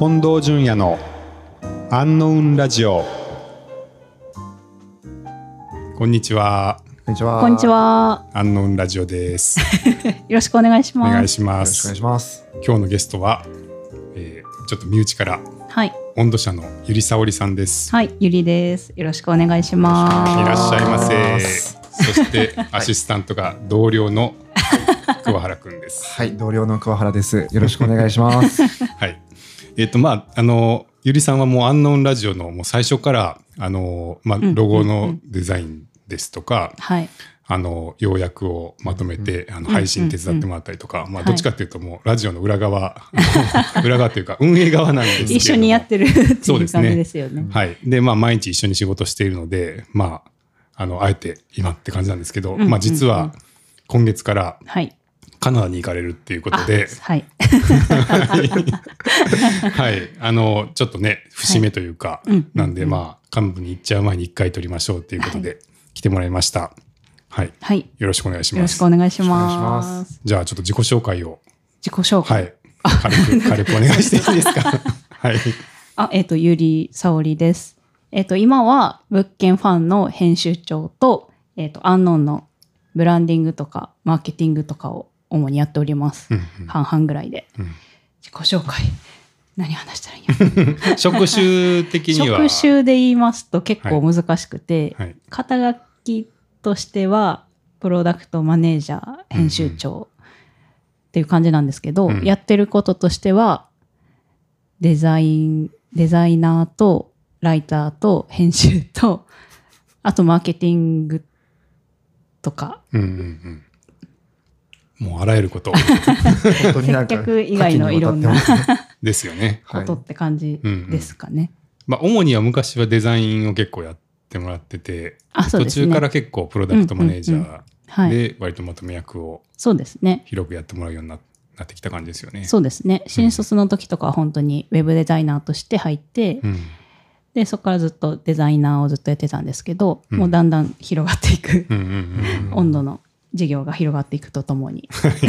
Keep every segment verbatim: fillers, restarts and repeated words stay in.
近藤淳也のアンノウンラジオ。こんにちは。 こんにちは。 こんにちは。 アンノウンラジオです。 よろしくお願いします。 お願いしまよろしくお願いす。 します。 今日のゲストは、えー、ちょっと身内からはい。 温度社のゆりさおりさんです。 はい、ゆりです。よろしくお願いします。 いらっしゃいませ。 すそしてアシスタントが同僚の桑原くんです。 はい、同僚の桑原です。よろしくお願いします。 はい。えっ、とまああのゆりさんはもうアンノウンラジオのもう最初からあのまあうんロゴのデザインですとか、 はい。 あの要約をまとめて、あの配信手伝ってもらったりとか、まあはいどっちかっていうともうラジオの裏側、あの裏側というか運営側なんですけれども、 一緒にやってるっていうそうですね感じですよね。 はい。でまあ毎日一緒に仕事しているので、まああのあえて今って感じなんですけど、 うんうんうんまあ実は今月からはい。 カナダに行かれるっていうことで、 あはい。 はい、あのちょっとね節目というか、 はいうんなんでうんうんまあ幹部に行っちゃう前に一回撮りましょうということで、来てもらいました。はい。 はい。 よろしくお願いしよろします。 くお願いしお願いしま。 ますじゃあちょっと自己紹介を、 自己紹は介。 い、軽く軽くお願いしていいですか。はい。 あ、えっ、と、ゆりさおりです。えっ、と、今は物件ファンの編集長と、えっ、と、アンノンのブランディングとかマーケティングとかを主にやっております。 うんうん半々ぐらいで。 うん自己紹介。何話したらいいんや。 職種的には職種で言いますと結構難しくて、 はい。 肩書きとしてはプロダクトマネージャー編集長っていう感じなんですけど、 うんやってることとしてはデザインデザイナーとライターと編集とあとマーケティングとかうんうんうん。もうあらゆること本当になんか接客以外のいろんな多岐にわたってますねですよね。 はいことって感じですかね。 まあ主には昔はデザインを結構やってもらってて、 あ、そう途ですね。 中から結構プロダクトマネージャはい。 ーで割とまとめ役をそうですね。 広くやってもらうようにななってきた感じですよね。 そうですね。新卒の時とかは本当にウェブデザイナーとして入って、 うん。 でそこからずっとデザイナーをずっとやってたんですけど、 うんもうだんだん広がっていく、 うんうんうんうん。 温度の事業が広がっていくとともに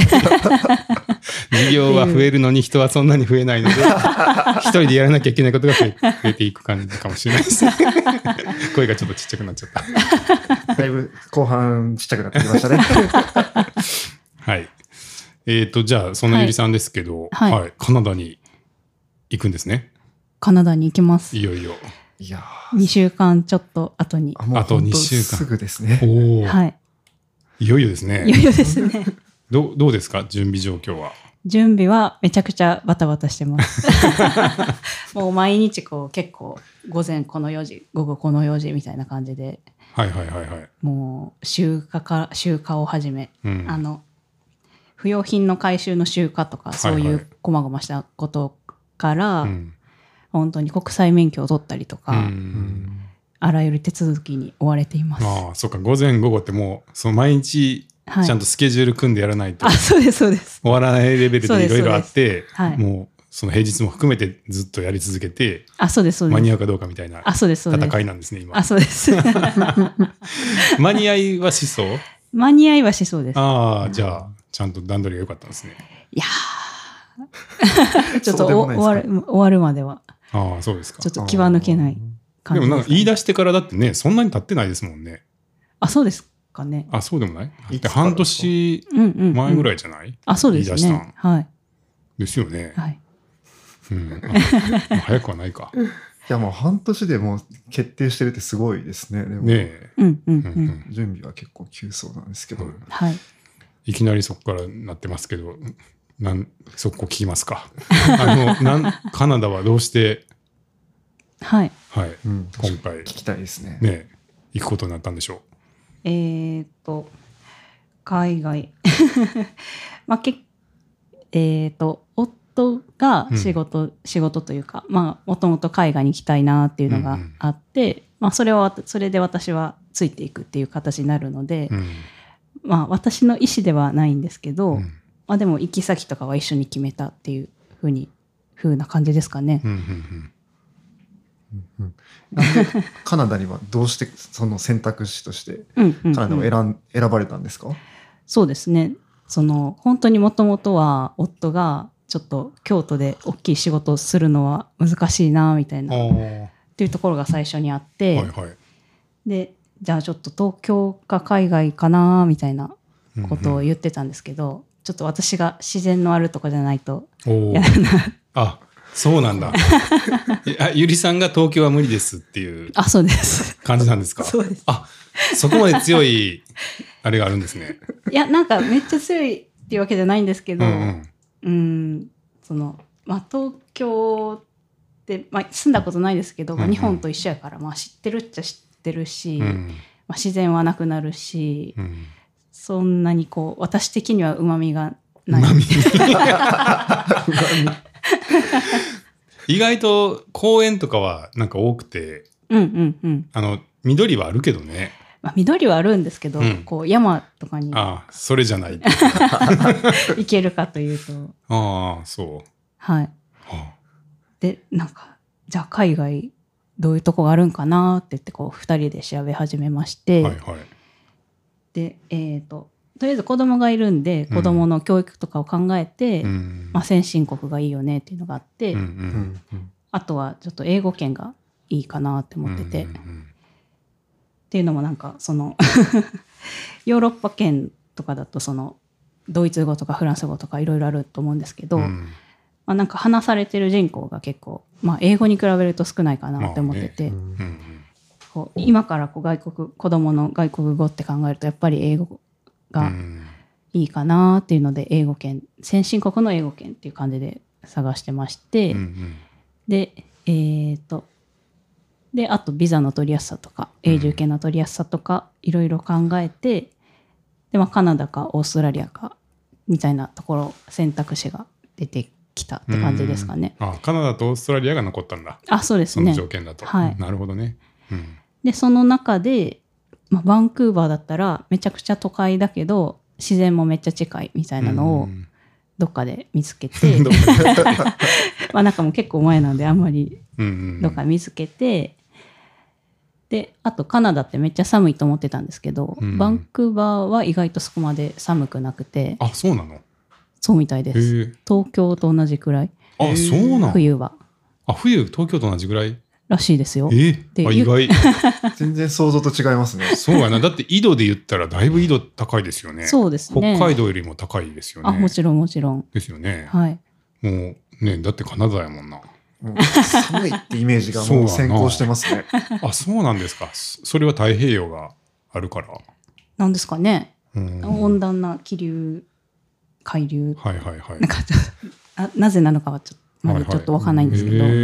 事業は増えるのに人はそんなに増えないので一人でやらなきゃいけないことが増え増えていく感じかもしれないですね。声がちょっとちっちゃくなっちゃった。 だいぶ後半ちっちゃくなってきましたね。 はい。えっ、とじゃあそのゆりさんですけど、 はいはい、カナダに行くんですね。 カナダに行きますいよいよ。 いやにしゅうかんちょっと後にー、もうあと本当にしゅうかんすぐですね。 おお、 はいいよいよですいね。 よいよですね。 どうどうですか準備状況は。 準備はめちゃくちゃバタバタしてますもう毎日こう結構午前このよじ午後このよじみたいな感じではいはいはいはい。 もう集荷か集荷をはじめ、 うん、 あの不用品の回収の集荷とかそういはいはいうこまごましたことから、 うん本当に国際免許を取ったりとか、 ううんんあらゆる手続きに追われています。 ああ、そっか、午前午後ってもう、その毎日、 はいちゃんとスケジュール組んでやらないとあ、そうですそうです。 終わらないレベルそうですでいろいろあって、 はいもう、その平日も含めてずっとやり続けて、 あ、そうですそうです。 間に合うかどうかみたいなあ、そうですそうです。 戦いなんですね、今あ、。そうです。 間に合いはしそう間に合いはしそうです。 ああ、じゃあ、ちゃんと段取りが良かったんですね。 いやーちょっとそうでもおないですか終わる終わるまではああ、そうですか。 ちょっと気は抜けない感じです、ね。 でもなんか言い出してからだってね、そんなに経ってないですもんね。 あ、そうですかね。 あ、そうでもないいつからだって半年うんうん、うん。 前ぐらい。 いじゃない、 あ、そうです言い出したね。はいですよね。 はい。 うん。あまあ早くはないか。 いやもう半年でもう決定してるってすごいですね。でもねえ。 うんうんうん。 うんうん準備は結構急走なんですけど。 うんはい。 いきなりそこからなってますけど、なんそこ聞きますか。あのなんカナダはどうして、 はい。 はい、 うん、 今回聞きたいですね。 ね行くことになったんでしょえーっと海外まあけえーっと夫が仕事、仕事というかまあもともと海外に行きたいなっていうのがあって、まあそれはそれで私はついていくっていう形になるので、 う。うんまあ私の意思ではないんですけど、 うんまあでも行き先とかは一緒に決めたっていうふうにふうな感じですかね。 うんうんうんなんでカナダにはどうしてその選択肢としてうんうんうんカナダを選ん、選ばれたんですか？ そうですね。その本当にもともとは夫がちょっと京都で大きい仕事をするのは難しいなみたいなっていうところが最初にあって、はいはい、でじゃあちょっと東京か海外かなみたいなことを言ってたんですけど、うんうん、ちょっと私が自然のあるとこじゃないとやだな。 あ、そうなんだ。あ、ゆりさんが東京は無理ですっていうあ、そうです感じなんですか？ そうです。 あ、そこまで強いあれがあるんですね。 いや、なんかめっちゃ強いっていうわけじゃないんですけど、うん、うんうん、そのまあ東京って、まあ、住んだことないですけど、うんうん、日本と一緒やから、まあ、知ってるっちゃ知ってるし、うん、まあ、自然はなくなるし、うん、そんなにこう私的には旨味がない。旨味意外と公園とかはなんか多くて、 うんうんうん、 あの緑はあるけどね。 まあ、緑はあるんですけど、うん、こう山とかにああそれじゃない行けるかというとああそうはい、はあ、でなんかじゃあ海外どういうとこがあるんかなって言ってこうふたりで調べ始めまして、はいはい、でえーととりあえず子供がいるんで子供の教育とかを考えて、うんまあ、先進国がいいよねっていうのがあって、うんうんうん、あとはちょっと英語圏がいいかなって思ってて、うんうんうん、っていうのもなんかそのヨーロッパ圏とかだとそのドイツ語とかフランス語とかいろいろあると思うんですけど、うんまあ、なんか話されてる人口が結構、まあ、英語に比べると少ないかなって思ってて、まあねうん、こう今からこう外国子供の外国語って考えるとやっぱり英語がいいかなっていうので英語圏先進国の英語圏っていう感じで探してまして、うんうん、でえーとであとビザの取りやすさとか永住権の取りやすさとかいろいろ考えてで、まあ、カナダかオーストラリアかみたいなところ選択肢が出てきたって感じですかね。 あカナダとオーストラリアが残ったんだ。 あそうですね。 その条件だと、 はい、 なるほどね、うん、 でその中で、まあ、バンクーバーだったらめちゃくちゃ都会だけど自然もめっちゃ近いみたいなのをどっかで見つけてまあなんかもう結構前なんであんまりどっか見つけてであとカナダってめっちゃ寒いと思ってたんですけど、うん、バンクーバーは意外とそこまで寒くなくて。 あそうなの？ そうみたいです。東京と同じくらい。 あそうなの？ 冬はあ冬東京と同じくらいらしいですよ。 えー、あ意外全然想像と違いますね。 そうやな。だって緯度で言ったらだいぶ緯度高いですよね。 そうですね。 北海道よりも高いですよね。 あもちろんもちろんですよね。 はい。 もうねだってカナダやもんな。 もう寒いってイメージがもう先行してますね。 あそうなんですか。それは太平洋があるからなんですかね。温暖な気流海流はいはいはい。 なんかあなぜなのかはちょっとまだちょっと分かんないんですけど、はいはい、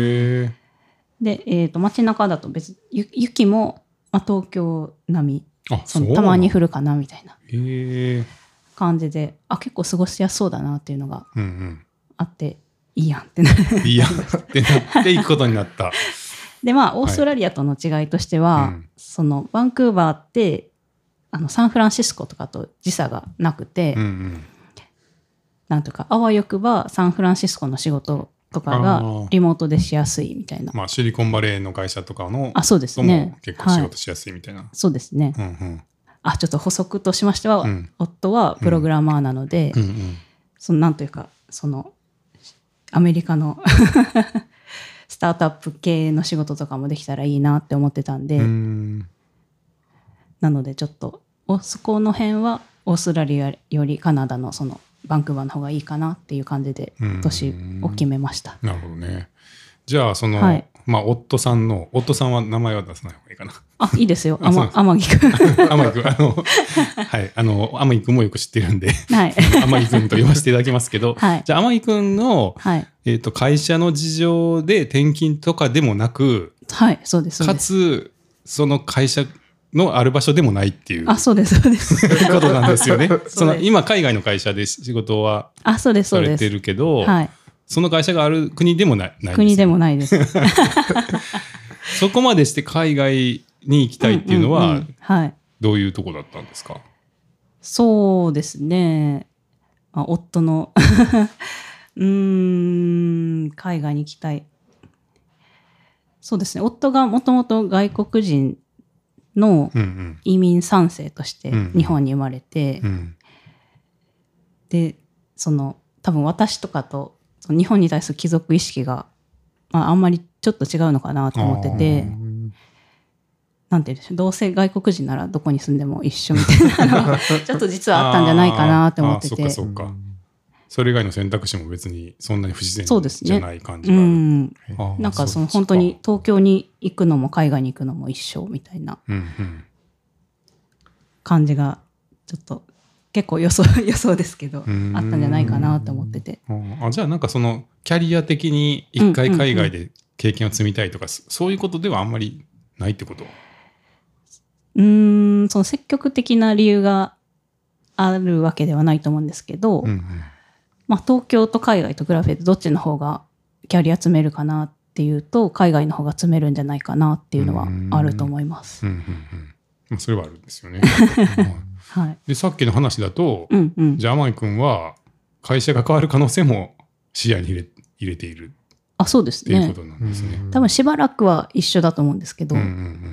で、えー、と街中だと別に雪も、まあ、東京並みあそのたまに降るかなみたいな感じであ結構過ごしやすそうだなっていうのがあって、うんうん、いいやんってないいやんってなっていくことになったでまあオーストラリアとの違いとしては、はいうん、そのバンクーバーってあのサンフランシスコとかと時差がなくて、うんうんなんとかあわよくばサンフランシスコの仕事とかがリモートでしやすいみたいな。 まあシリコンバレーの会社とかのあそうですね。 結構仕事しやすいみたいな。はい、 そうですね。うんうん、あちょっと補足としましては、うん、夫はプログラマーなので、うんうんうん、そのなんというかそのアメリカのスタートアップ系の仕事とかもできたらいいなって思ってたんで、うんなのでちょっとそこの辺はオーストラリアよりカナダのそのバンクーバーの方がいいかなっていう感じで年を決めました。 なるほどね。じゃあその、はい、まあ夫さんの夫さんは名前は出さない方がいいかな。 あいいですよ。あま天城くん。 天城くんあのはいあの天城くんもよく知ってるんで、はい、天城くんと呼ばせていただきますけど、はい、じゃあ天城くんの、はいえーと会社の事情で転勤とかでもなく、 はいそうですかつその会社のある場所でもないっていうあそうですそうですことなんですよね。その今海外の会社で仕事はされてるけど、はい、その会社がある国でもない、ないです、ね、 国でもないですそこまでして海外に行きたいっていうのは、うんうんうんはい、どういうとこだったんですか？ そうですね、まあ、夫のうーん海外に行きたいそうですね夫がもともと外国人の移民さん世として日本に生まれて、うんうん、でその多分私とかと日本に対する貴族意識が、まあ、あんまりちょっと違うのかなと思ってて、なんていうんでしょう、どうせ外国人ならどこに住んでも一緒みたいなのがちょっと実はあったんじゃないかなって思ってて。 ああ、そっかそっか。それ以外の選択肢も別にそんなに不自然じゃない感じがある。 うん、なんかその本当に東京に行くのも海外に行くのも一緒みたいな感じがちょっと結構予想予想ですけどあったんじゃないかなと思ってて。 あ、じゃあなんかそのキャリア的に一回海外で経験を積みたいとか、うんうんうん、そういうことではあんまりないってこと？ うーん、その積極的な理由があるわけではないと思うんですけど、うんうん、まあ、東京と海外と比べてどっちの方がキャリア積めるかなっていうと海外の方が積めるんじゃないかなっていうのはあると思います。うんうんうん、 まあ、それはあるんですよね。はい、でさっきの話だと、うんうん、じゃあ天井くんは会社が変わる可能性も視野に入れ、入れている。 あ、そうですね。 っていうことなんですね。 多分しばらくは一緒だと思うんですけど、うんうんうん、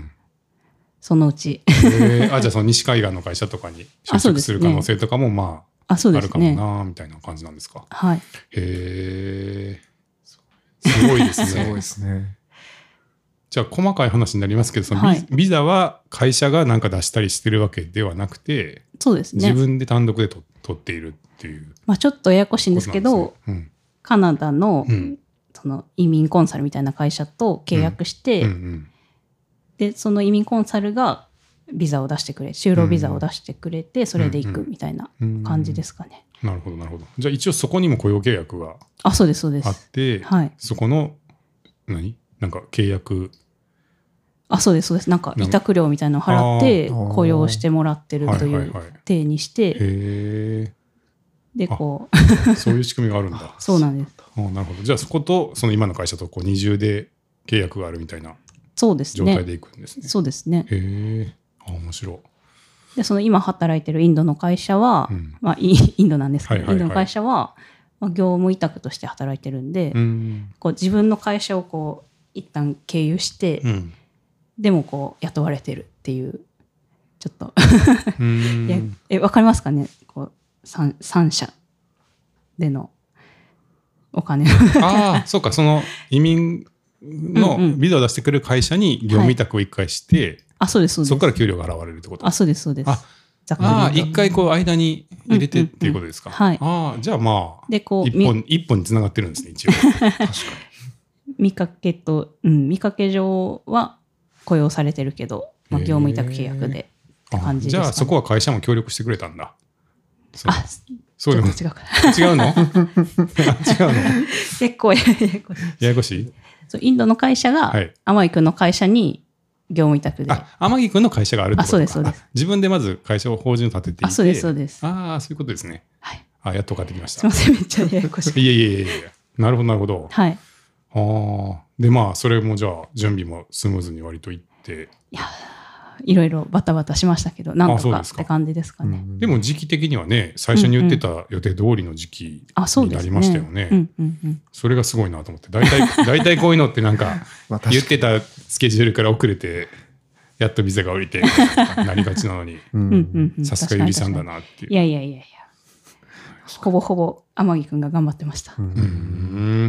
そのうち。 えー、あ、じゃあその西海岸の会社とかに就職する可能性とかもまあ、あ、そうですね、あるかもなみたいな感じなんですか。 はい。 へえ、すごいですね。 すごいですね。 じゃあ細かい話になりますけど、その ビ,、はい、ビザは会社がなんか出したりしてるわけではなくて、 そうですね、 自分で単独でと取っているっていう。 まあ、ちょっとややこしいんですけど、うん、カナダの、うん、その移民コンサルみたいな会社と契約して、うんうんうん、でその移民コンサルがビザを出してくれ、就労ビザを出してくれて、それで行くみたいな感じですかね。 うんうん、なるほどなるほど。じゃあ一応そこにも雇用契約があ、そうですそうです。 あって、はい、そこの何なんか契約、 あ、そうですそうです。なんか委託料みたいなのを払って雇用してもらってるという体にして、はいはいはい、へでこうそういう仕組みがあるんだ。 そうなんです。 あ、なるほど。じゃあそことその今の会社とこう二重で契約があるみたいな状態でいくんですね。 そうですね。 へえ、あ、面白い。 でその今働いてるインドの会社は、うん、まあインドなんですけど、はいはいはい、インドの会社は、まあ、業務委託として働いてるんで、うん、こう自分の会社をこう一旦経由して、うん、でもこう雇われてるっていうちょっといやえ分かりますかね、こう 3, 三社でのお金ああ、そうか、その移民のビザを出してくる会社に業務委託を一回して、はい、あ、そうですそうです。そこから給料が払われるってこと。 あ、そうですそうです。 ああ、一回こう間に入れてっていうことですか。うんうんうん、はい。ああ、じゃあまあでこう一本一本につながってるんですね、一応。確かに。 見かけと、うん、見かけ上は雇用されてるけど、まあ、業務委託契約でって感じですかね。 じゃあそこは会社も協力してくれたんだ。 あ、そうでも違うかな。違うの？違うの？ 結構ややこしい。 ややこしい？ そう、インドの会社が、はい、天井くんの会社に業務委託で。 あ、天城くんの会社があるってことか。 あ、そうですそうです。 自分でまず会社を法人を立てていて。 あ、そうですそうです。 ああ、そういうことですね。はい。あ、やっと分かってきました。 すみません、めっちゃややこしい。 いやいやいやいや。なるほどなるほど。 はい。 ああ、でまあそれもじゃあ準備もスムーズに割といって。 いや。いろいろバタバタしましたけど、なんとかって感じですかね。 でも時期的にはね、最初に言ってた予定通りの時期になりましたよね。それがすごいなと思って、大体大体こういうのってなんか言ってたスケジュールから遅れてやっとビザが降りてなりがちなのに、さすがゆりさんだなっていう。 いやいやいやいや、ほぼほぼ天城くんが頑張ってました。うん、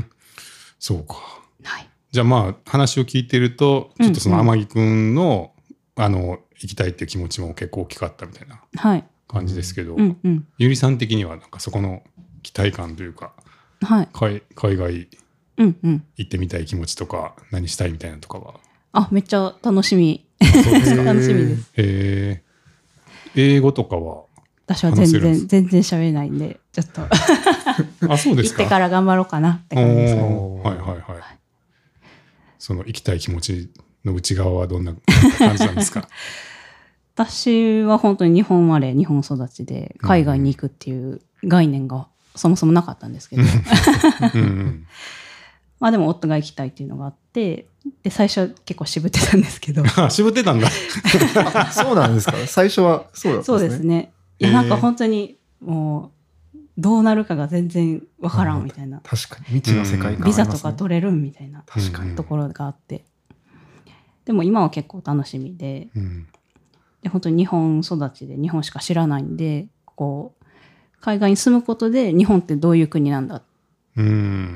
そうか。はい、じゃあまあ話を聞いてると、ちょっとその天城くんのあの行きたいっていう気持ちも結構大きかったみたいな感じですけど、はい、うんうん、ゆりさん的にはなんかそこの期待感というか、はい、海, 海外行ってみたい気持ちとか、うんうん、何したいみたいなとかは。 あ、めっちゃ楽しみ。そうですか。楽しみです。 へー。英語とかは私は全然全然喋れないんで、ちょっとあ、そうですか。 行ってから頑張ろうかなって感じですね。 はいはいはい。その行きたい気持ちの内側はどんな感じなんですか？ 私は本当に日本生まれ日本育ちで海外に行くっていう概念がそもそもなかったんですけど、うんうん、まあでも夫が行きたいっていうのがあって、で最初は結構渋ってたんですけど渋ってたんだそうなんですか。最初はそうだったんですね。 そうですね。いや、なんか本当にもうどうなるかが全然わからんみたいな。 確かに未知の世界観ありますね。 ビザとか取れるみたいなところがあって、でも今は結構楽しみで、うん、で本当に日本育ちで日本しか知らないんで、こう海外に住むことで日本ってどういう国なんだっ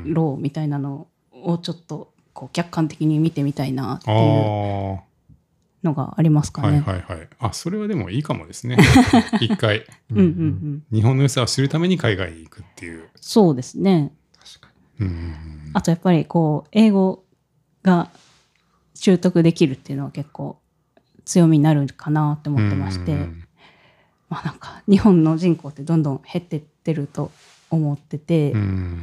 ろうみたいなのをちょっとこう客観的に見てみたいなっていうのがありますかね。 はいはいはい。あ、それはでもいいかもですね。一回うんうんうん、 日本の良さを知るために海外に行くっていう。 そうですね。 確かに。 うんうんうん、 あとやっぱりこう英語が習得できるっていうのは結構強みになるかなって思ってまして、うんうんうん、まあなんか日本の人口ってどんどん減ってってると思ってて、うん、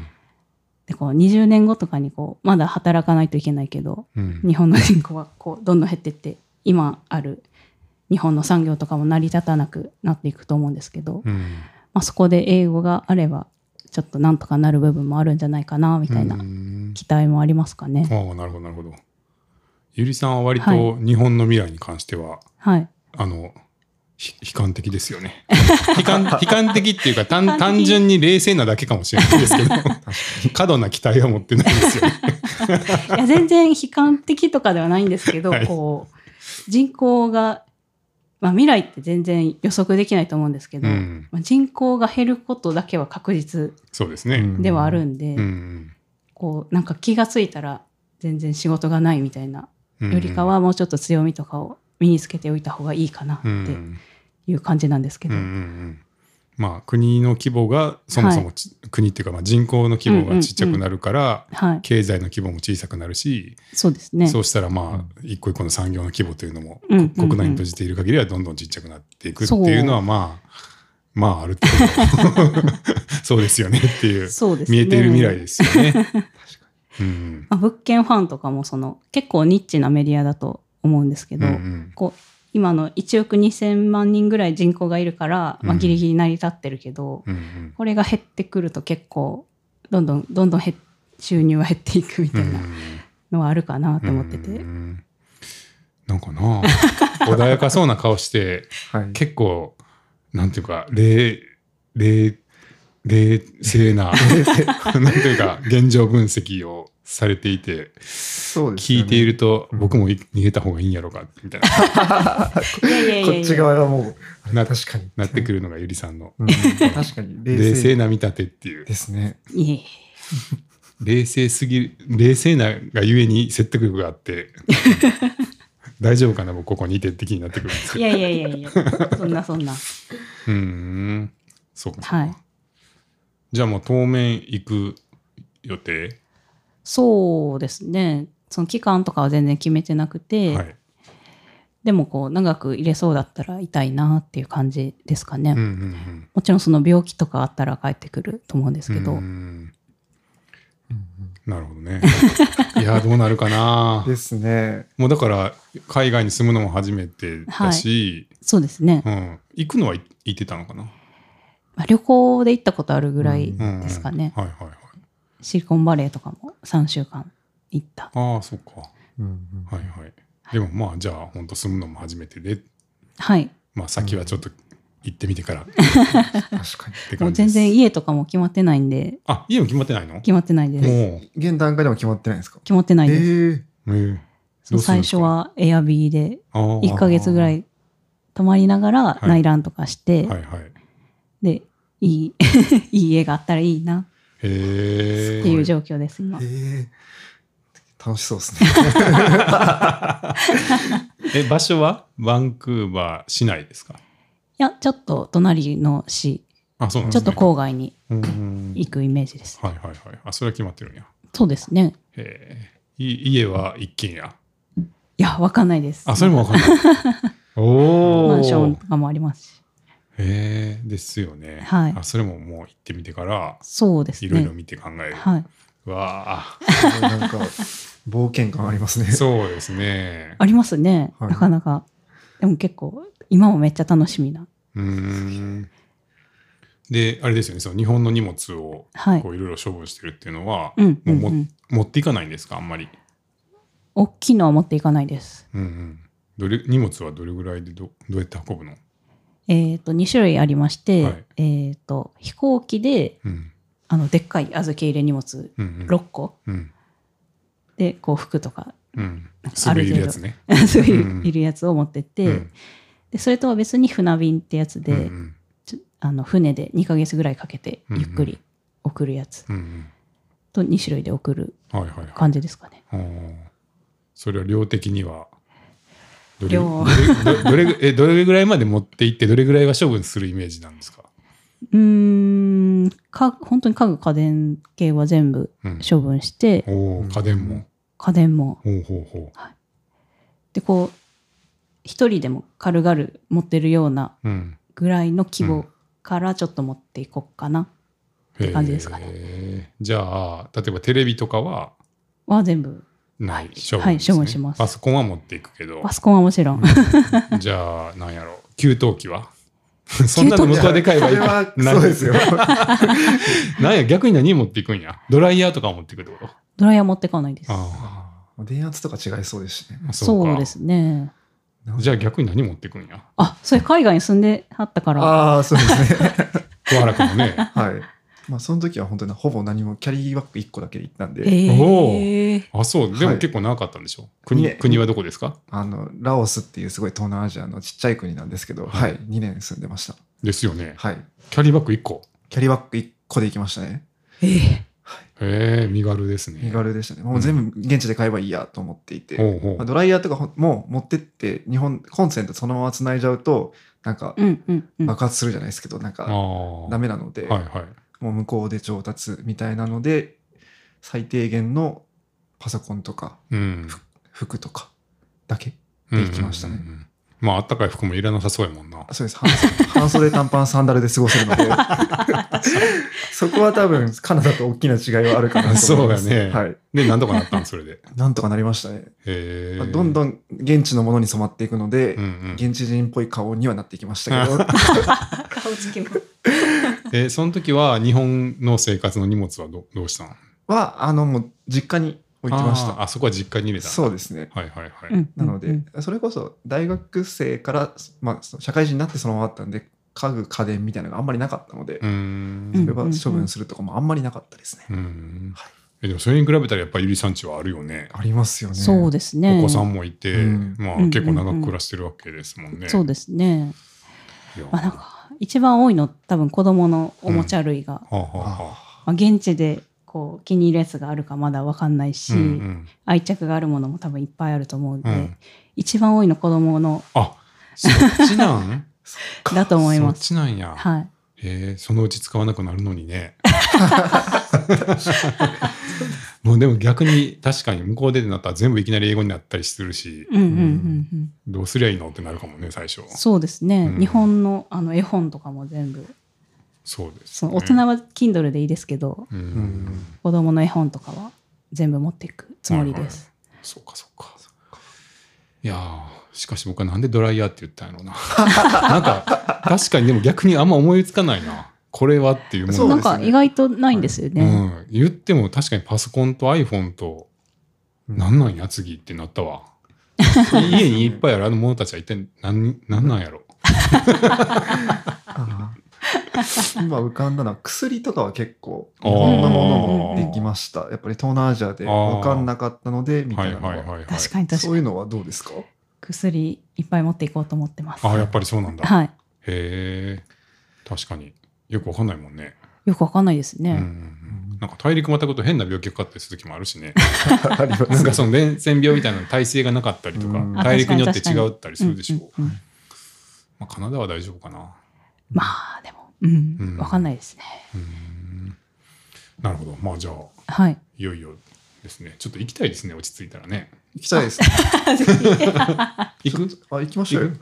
でこうにじゅうねんごとかにこうまだ働かないといけないけど、うん、日本の人口はこうどんどん減ってって今ある日本の産業とかも成り立たなくなっていくと思うんですけど、うん、まあ、そこで英語があればちょっとなんとかなる部分もあるんじゃないかなみたいな期待もありますかね。 ああ、なるほどなるほど。ゆりさんは割と日本の未来に関しては、はい、あの悲観的ですよね。悲観、悲観的っていうか単、単純に冷静なだけかもしれないですけど過度な期待は持ってないですよね。 いや全然悲観的とかではないんですけど、はい、こう人口が、まあ、未来って全然予測できないと思うんですけど、うんまあ、人口が減ることだけは確実ではあるんで、うんうん、こうなんか気がついたら全然仕事がないみたいなよりかはもうちょっと強みとかを身につけておいた方がいいかなっていう感じなんですけど、うんうんうん、 まあ国の規模がそもそも、はい、国っていうかまあ人口の規模がちっちゃくなるから、うんうんうん、経済の規模も小さくなるし、 そうですね、 そうしたらまあ一個一個の産業の規模というのも、うんうんうん、国内に閉じている限りはどんどんちっちゃくなっていくっていうのはまあまあある程度そうですよねっていう、そうですね、見えている未来ですよね。確かに、 うんまあ、物件ファンとかもその結構ニッチなメディアだと思うんですけど、うんうん、こう今のいちおくにせんまん人ぐらい人口がいるから、まあ、ギリギリ成り立ってるけど、うんうん、これが減ってくると結構どんどんどんどん減収入は減っていくみたいなのはあるかなと思ってて、うんうん、 なんかな穏やかそうな顔して、はい、結構なんていうか冷冷冷静ななんていうか現状分析をされていて、そうですね、聞いていると、うん、僕も逃げた方がいいんやろうかみたいなこっち側がもうな確かになってくるのがゆりさんの、 うん、確かに冷静、冷静な見立てっていうですね。 いえ冷静すぎる、冷静ながゆえに説得力があって大丈夫かな僕ここにいてって気になってくるんですけど、 いやいやいやいやそんなそんなうーんそうかそうか、はい、じゃあもう当面行く予定？ そうですね、その期間とかは全然決めてなくて、はい、でもこう長く入れそうだったらいたいなっていう感じですかね、うんうんうん、もちろんその病気とかあったら帰ってくると思うんですけど、うんうん、 なるほどねいやどうなるかなですね。 もうだから海外に住むのも初めてだし、 はい、そうですね、 うん、行くのは行ってたのかな、 まあ、旅行で行ったことあるぐらいですかね、うんうんはいはいはい、シリコンバレーとかもさんしゅうかん行った。 ああそっか、うんうん、はいはい。でもまあじゃあ本当住むのも初めてで、 はい、 まあ先はちょっと行ってみてから、うん、確かにもう全然家とかも決まってないんで。 あ、家も決まってないの？ 決まってないです。 もう現段階でも決まってないんですか？ 決まってないです。 えーえー、 そう最初はエアビーでいっかげつぐらい泊まりながら内覧とかして、はいはいはい、でいいいい家があったらいいなっていう状況です今。へー、 楽しそうですねえ場所はバンクーバー市内ですか？ いやちょっと隣の市、あ、そうなんですね、ちょっと郊外に行くイメージです。 はいはいはい。あ、それは決まってるんや。 そうですね。 へえ。家は一軒家？ いやわかんないです。 あ、それもわかんないおマンションとかもありますし。 へえ、ですよね。はい。あ、それももう行ってみてから、 そうですね。 いろいろ見て考える。はい。わあ。 なんか冒険感ありますね。 そうですね。 ありますね。はい、なかなか。でも結構今もめっちゃ楽しみな。うーん。 であれですよね。その日本の荷物をこういろいろ処分してるっていうのは、はい、もうも、うんうん、持っていかないんですか？あんまり。 大きいのは持っていかないです。 うんうん。どれ荷物はどれぐらいで ど, どうやって運ぶの？ えっとに種類ありまして、はい、えっと飛行機で、うん、あのでっかい預け入れ荷物ろっこ、うんうん、でこう服とか、うん、なんかすぐいるやつね。 すぐいるやつを持ってって、うん、でそれとは別に船便ってやつで、うんうん、あの船でにかげつぐらいかけてゆっくり送るやつ、うんうん、 とに種類で送る感じですかね。 はいはいはい、それは量的にはどれ量どれどれえどれぐらいまで持っていってどれぐらいは処分するイメージなんですか？ うーんか本当に家具家電系は全部処分して、 うん、お家電も家電もほうほうほう、 はい、でこう一人でも軽々持ってるようなぐらいの規模からちょっと持っていこうかなって感じですかね。 へー、じゃあ例えばテレビとかはは全部ない、 はい、 処分ですね。 はい、処分します。 パソコンは持っていくけど。 パソコンはもちろん。 じゃあなんやろ、給湯器はそんなの向こうで買えばいいか。 そうですよ。 なんや、逆に何持っていくんや。ドライヤーとか持っていくってこと？ ドライヤー持ってかないです。 あ電圧とか違いそうですしね。 そうそうですね。 じゃあ逆に何持っていくんや。 あ、それ海外に住んではったから。 ああ、そうですね。 桑原君もね。 はい。まあその時は本当にほぼ何もキャリーバッグいっこだけで行ったんで。 えー、 おあ、そう。でも結構長かったんでしょ、はい、国, 国はどこですか？ あのラオスっていうすごい東南アジアのちっちゃい国なんですけど、はい、はい、にねん住んでました。 ですよね。 はい。 キャリーバッグいっこ。 キャリーバッグいっこで行きましたね。 えー、 はい、 へえ、身軽ですね。 身軽でしたね。もう全部現地で買えばいいやと思っていて、うん、まあ、ドライヤーとかも持ってって日本コンセントそのまま繋いじゃうとなんか爆発するじゃないですけど、なんかダメなので、はいはい、もう向こうで調達みたいなので最低限のパソコンとか、うん、服とかだけで行きましたね。うんうんうん、 まああったかい服もいらなさそうやもんな。 そうです。半袖、半袖短パンサンダルで過ごせるのでそこは多分カナダと大きな違いはあるかなと思います。 そうやね。はい。でなんとかなったんそれで。 なんとかなりましたね。へー、まあ、どんどん現地のものに染まっていくので、うんうん、現地人っぽい顔にはなっていきましたけど。 顔つきも。 えー、その時は日本の生活の荷物は ど, どうしたの？ はあのもう実家に置いてました。 ああ、そこは実家に入れたんだ。 そうですね。 はいはいはい。 うん、 なので、うんうん、それこそ大学生から、まあ、社会人になってそのままあったんで家具家電みたいなのがあんまりなかったので、うーん、それは処分するとかもあんまりなかったですね。うんうん、はい、 えでもそれに比べたらやっぱりゆりさんちはあるよね。 ありますよね。 そうですね。 お子さんもいて、うん、まあ、結構長く暮らしてるわけですもんね。うんうんうん、 そうですね。まあ、なんか一番多いの多分子供のおもちゃ類が、うんはあはあ、まあ、現地でこう気に入るやつがあるかまだ分かんないし、うんうん、愛着があるものも多分いっぱいあると思うんで、うん、一番多いの子供のあそっちなんだと思います。 そっちなんや。 はい。 えー、そのうち使わなくなるのにね。もうでも逆に確かに向こうでなったら全部いきなり英語になったりするし、うんうんうんうん、どうすりゃいいのってなるかもね最初。 そうですね、うん、日本のあの絵本とかも全部そうです、ね、 その大人は Kindle でいいですけど、うん、子供の絵本とかは全部持っていくつもりです。 はいはい、そうかそうか。いやしかし僕はなんでドライヤーって言ったんやろうな。なんか確かにでも逆にあんま思いつかないな。これはっていうもの、 なんか意外とないんですよね。 うん、言っても確かにパソコンと iPhone と何なんや次ってなったわ。家にいっぱいあるあのものたちは一体何、何なんやろ。 今浮かんだのは薬とかは結構いろんなものもできました。やっぱり東南アジアで分かんなかったのでみたいなのは、はいはいはいはい、 確かに確かに。 そういうのはどうですか？ 薬いっぱい持っていこうと思ってます。 ああやっぱりそうなんだ。 はい。 へえ確かによく分かんないもんね。 よく分かんないですね。うんうん、なんか大陸またぐと変な病気がかかったりする時もあるしね。なんかその伝染病みたいな耐性がなかったりとか大陸によって違ったりするでしょう。うんうんうんまあ、カナダは大丈夫かな。 まあでもうん、うん、分かんないですね。 うんなるほど。まあじゃあ、 はい、 いよいよですね。ちょっと行きたいですね。落ち着いたらね。 行きたいですね。 行く？ あ行きましょうよ。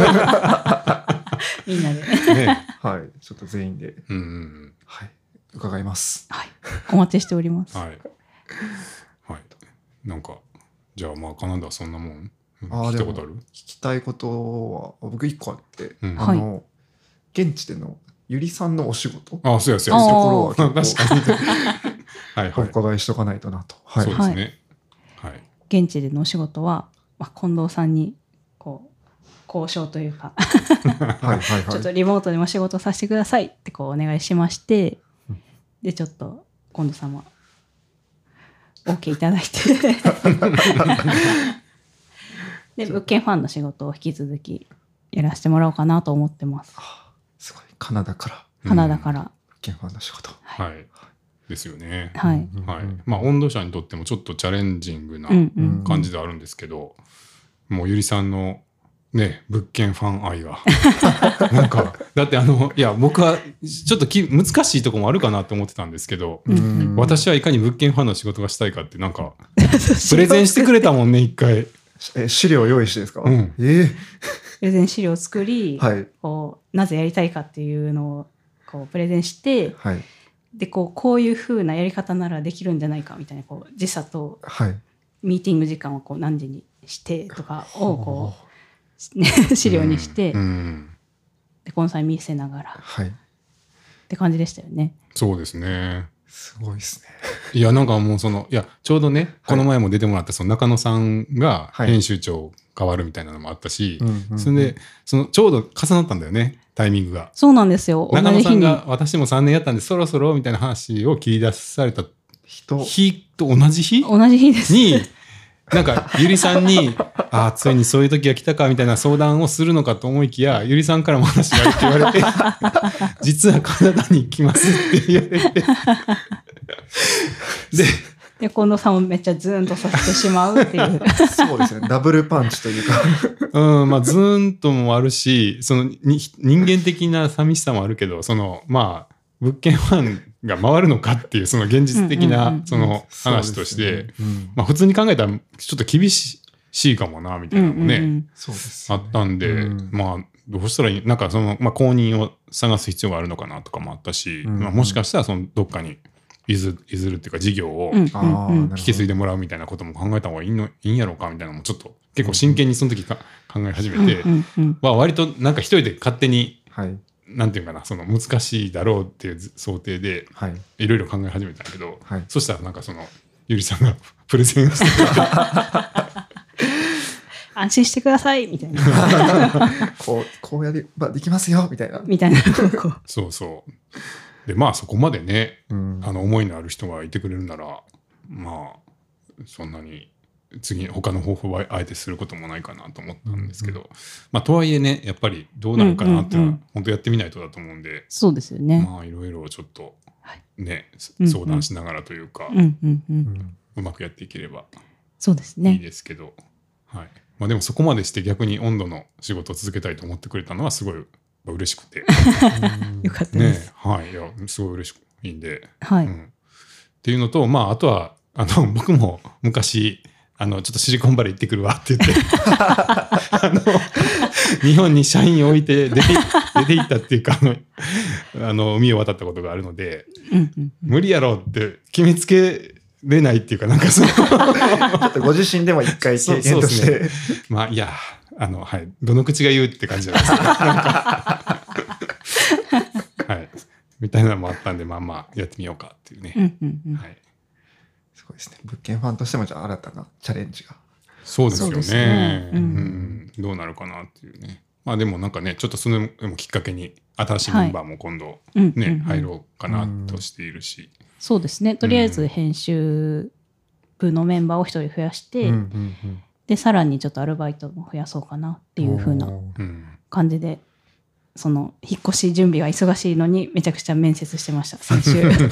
みんなで、 ね。はい。ちょっと全員で、うんうん、はい、伺います。 はい。お待ちしております。 はい。はい。なんかじゃあまあカナダはそんなもん。 あ聞いたことある？ 聞きたいことは僕一個あって、うん、あの、はい、現地でのゆりさんのお仕事。 ああそうやそうや。 ところは結構確かにはいはい。お伺いしとかないとなと。 はい。そうですね。はい。 現地でのお仕事は、まあ、近藤さんにこう交渉というかはいはい、はい、ちょっとリモートでも仕事させてくださいってこうお願いしまして、うん、でちょっと近藤さんは OK いただいてで物件ファンの仕事を引き続きやらせてもらおうかなと思ってます。 あすごいカナダからカナダから、うん、 物件ファンの仕事はい、はい、 ですよね。 はい。 はい。まあ、温度差にとってもちょっとチャレンジングな感じではあるんですけど、うんうん、もうゆりさんのね、物件ファン愛が。なんか、だってあの、いや、僕はちょっとき難しいところもあるかなと思ってたんですけど、うん、私はいかに物件ファンの仕事がしたいかって、なんか、プレゼンしてくれたもんね、一回。 え、資料用意してですか？うん、えー、プレゼン資料を作り、 はい、 こうなぜやりたいかっていうのをこうプレゼンして、はい、でこうこういう風なやり方ならできるんじゃないかみたいなこう時差と、はい、ミーティング時間をこう何時にしてとかをこう、ね、資料にして、うんうん、でこの際見せながら、はい、って感じでしたよね。 そうですね。 すごいですね。 いやなんかもうそのいやちょうどね、はい、この前も出てもらったその中野さんが編集長変わるみたいなのもあったし、はい、それでそのちょうど重なったんだよね、タイミングが。 そうなんですよ。 中野さんが私もさんねんやったんでそろそろみたいな話を切り出された日と同じ日同じ日ですになんかゆりさんにああついにそういう時が来たかみたいな相談をするのかと思いきや、ゆりさんからも話があるって言われて実はカナダに行きますって言われてでで近藤さんをめっちゃズーンとさせてしまうっていうそうですね、ダブルパンチというかうん、まあズーンともあるし、そのに人間的な寂しさもあるけど、そのまあ物件ファンが回るのかっていうその現実的なその話として、まあ普通に考えたらちょっと厳しいかもなみたいなのもね、うんうんうん、あったんで、うん、まあどうしたらいい、なんかそのまあ公認を探す必要があるのかなとかもあったし、うんうん、まあ、もしかしたらそのどっかに譲る譲るっていうか事業を引き継いでもらうみたいなことも考えた方がいいのいいんやろうかみたいなのもちょっと結構真剣にその時か考え始めて、うんうん、まあ割となんか一人で勝手に、はい、なんていうかな、その難しいだろうっていう想定でいろいろ考え始めたんだけど、はい、そしたらなんかそのゆりさんがプレゼンしてくれて安心してくださいみたいなこうこうやればできますよみたいなみたいなそうそうでまあそこまでね、うん、あの思いのある人がいてくれるならまあそんなに次他の方法はあえてすることもないかなと思ったんですけど、うんうん、まあとはいえねやっぱりどうなるかなってのは本当やってみないとだと思うんで、 そうですよね。 まあいろいろちょっとね、はい、相談しながらというか、うんうんうんうん、うまくやっていければそうですね、 いいですけど、はい、まあでもそこまでして逆に温度の仕事を続けたいと思ってくれたのはすごい嬉しくてよかったです、 ね、はい、いやすごい嬉しいんで、 はい、うん、 っていうのと、まああとはあの僕も昔あのちょっとシリコンバレー行ってくるわって言ってあの日本に社員を置いて出て出て行ったっていうかあのあの海を渡ったことがあるので、うんうんうん、無理やろって決めつけれないっていうかなんかそのちょっとご自身でも一回経験として、ね、 まあいやあのはいどの口が言うって感じじゃないですかはいみたいなのもあったんでまあまあやってみようかっていうね、うんうんうん、はい、 すごいですね。物件ファンとしてもじゃあ新たなチャレンジがそうですよ ね, ですね、うんうん、どうなるかなっていうね。まあでもなんかねちょっとそれもきっかけに新しいメンバーも今度ね、はい、入ろうかなとしているし、うん、 そうですね、とりあえず編集部のメンバーを一人増やして、うんうんうん、でさらにちょっとアルバイトも増やそうかなっていう風な感じで、その引っ越し準備が忙しいのにめちゃくちゃ面接してました先週、うん、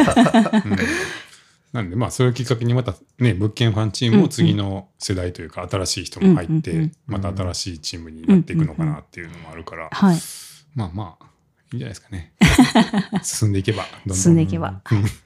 なんでまあそういうきっかけにまたね物件ファンチームも次の世代というか新しい人も入ってまた新しいチームになっていくのかなっていうのもあるから、まあまあいいんじゃないですかね進んでいけばどんどん進んでいけば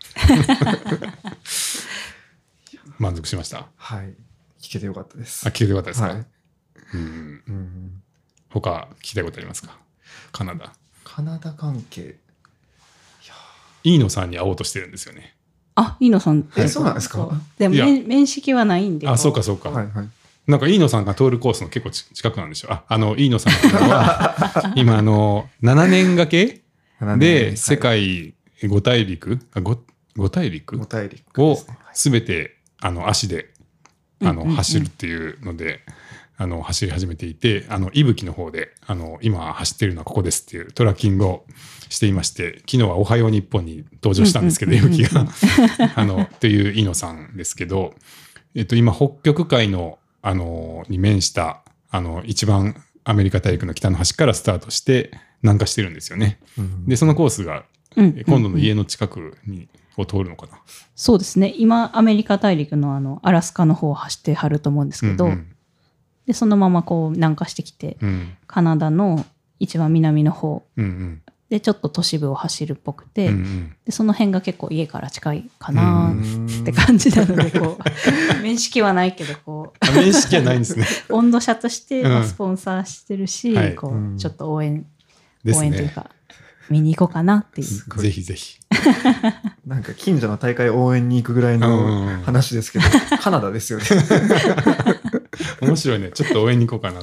満足しました。 はい、聞けてよかったです。 あ、聞けてよかったですか、はい、うん、うん、他聞きたいことありますか？カナダカナダ関係、いや飯野さんに会おうとしてるんですよね。 あ、飯野さん、 え、そうなんですか？ でも面識はないんで。 あ、そうかそうか、はいはい、なんか飯野さんが通るコースの結構近くなんでしょう。あ、あの飯野さんは今あのななねんがけで世界ご大陸、あ 5, 5大陸ご大陸を全てあの足であの走るっていうので、あの走り始めていて、あの伊吹の方であの今走ってるのはここですっていうトラッキングをしていまして、昨日はおはよう日本に登場したんですけど、伊吹があのという飯野さんですけど、えっと今北極海のあのに面したあの一番アメリカ大陸の北の端からスタートして南下してるんですよね。うん、でそのコースが今度の家の近くにを通るのかな。 そうですね。今アメリカ大陸のあのアラスカの方を走ってはると思うんですけど、うんうん、でそのままこう南下してきて、うん、カナダの一番南の方、うんうん、でちょっと都市部を走るっぽくて、うんうん、でその辺が結構家から近いかなって感じなので、こう面識はないけどこう面識はないんですね。 温度車としてスポンサーしてるし、うん、こうちょっと応援、うん、応援というか見に行こうかなっていう。 ぜひぜひ。 なんか近所の大会応援に行くぐらいの話ですけど、カナダですよね。 面白いね。ちょっと応援に行こうかな。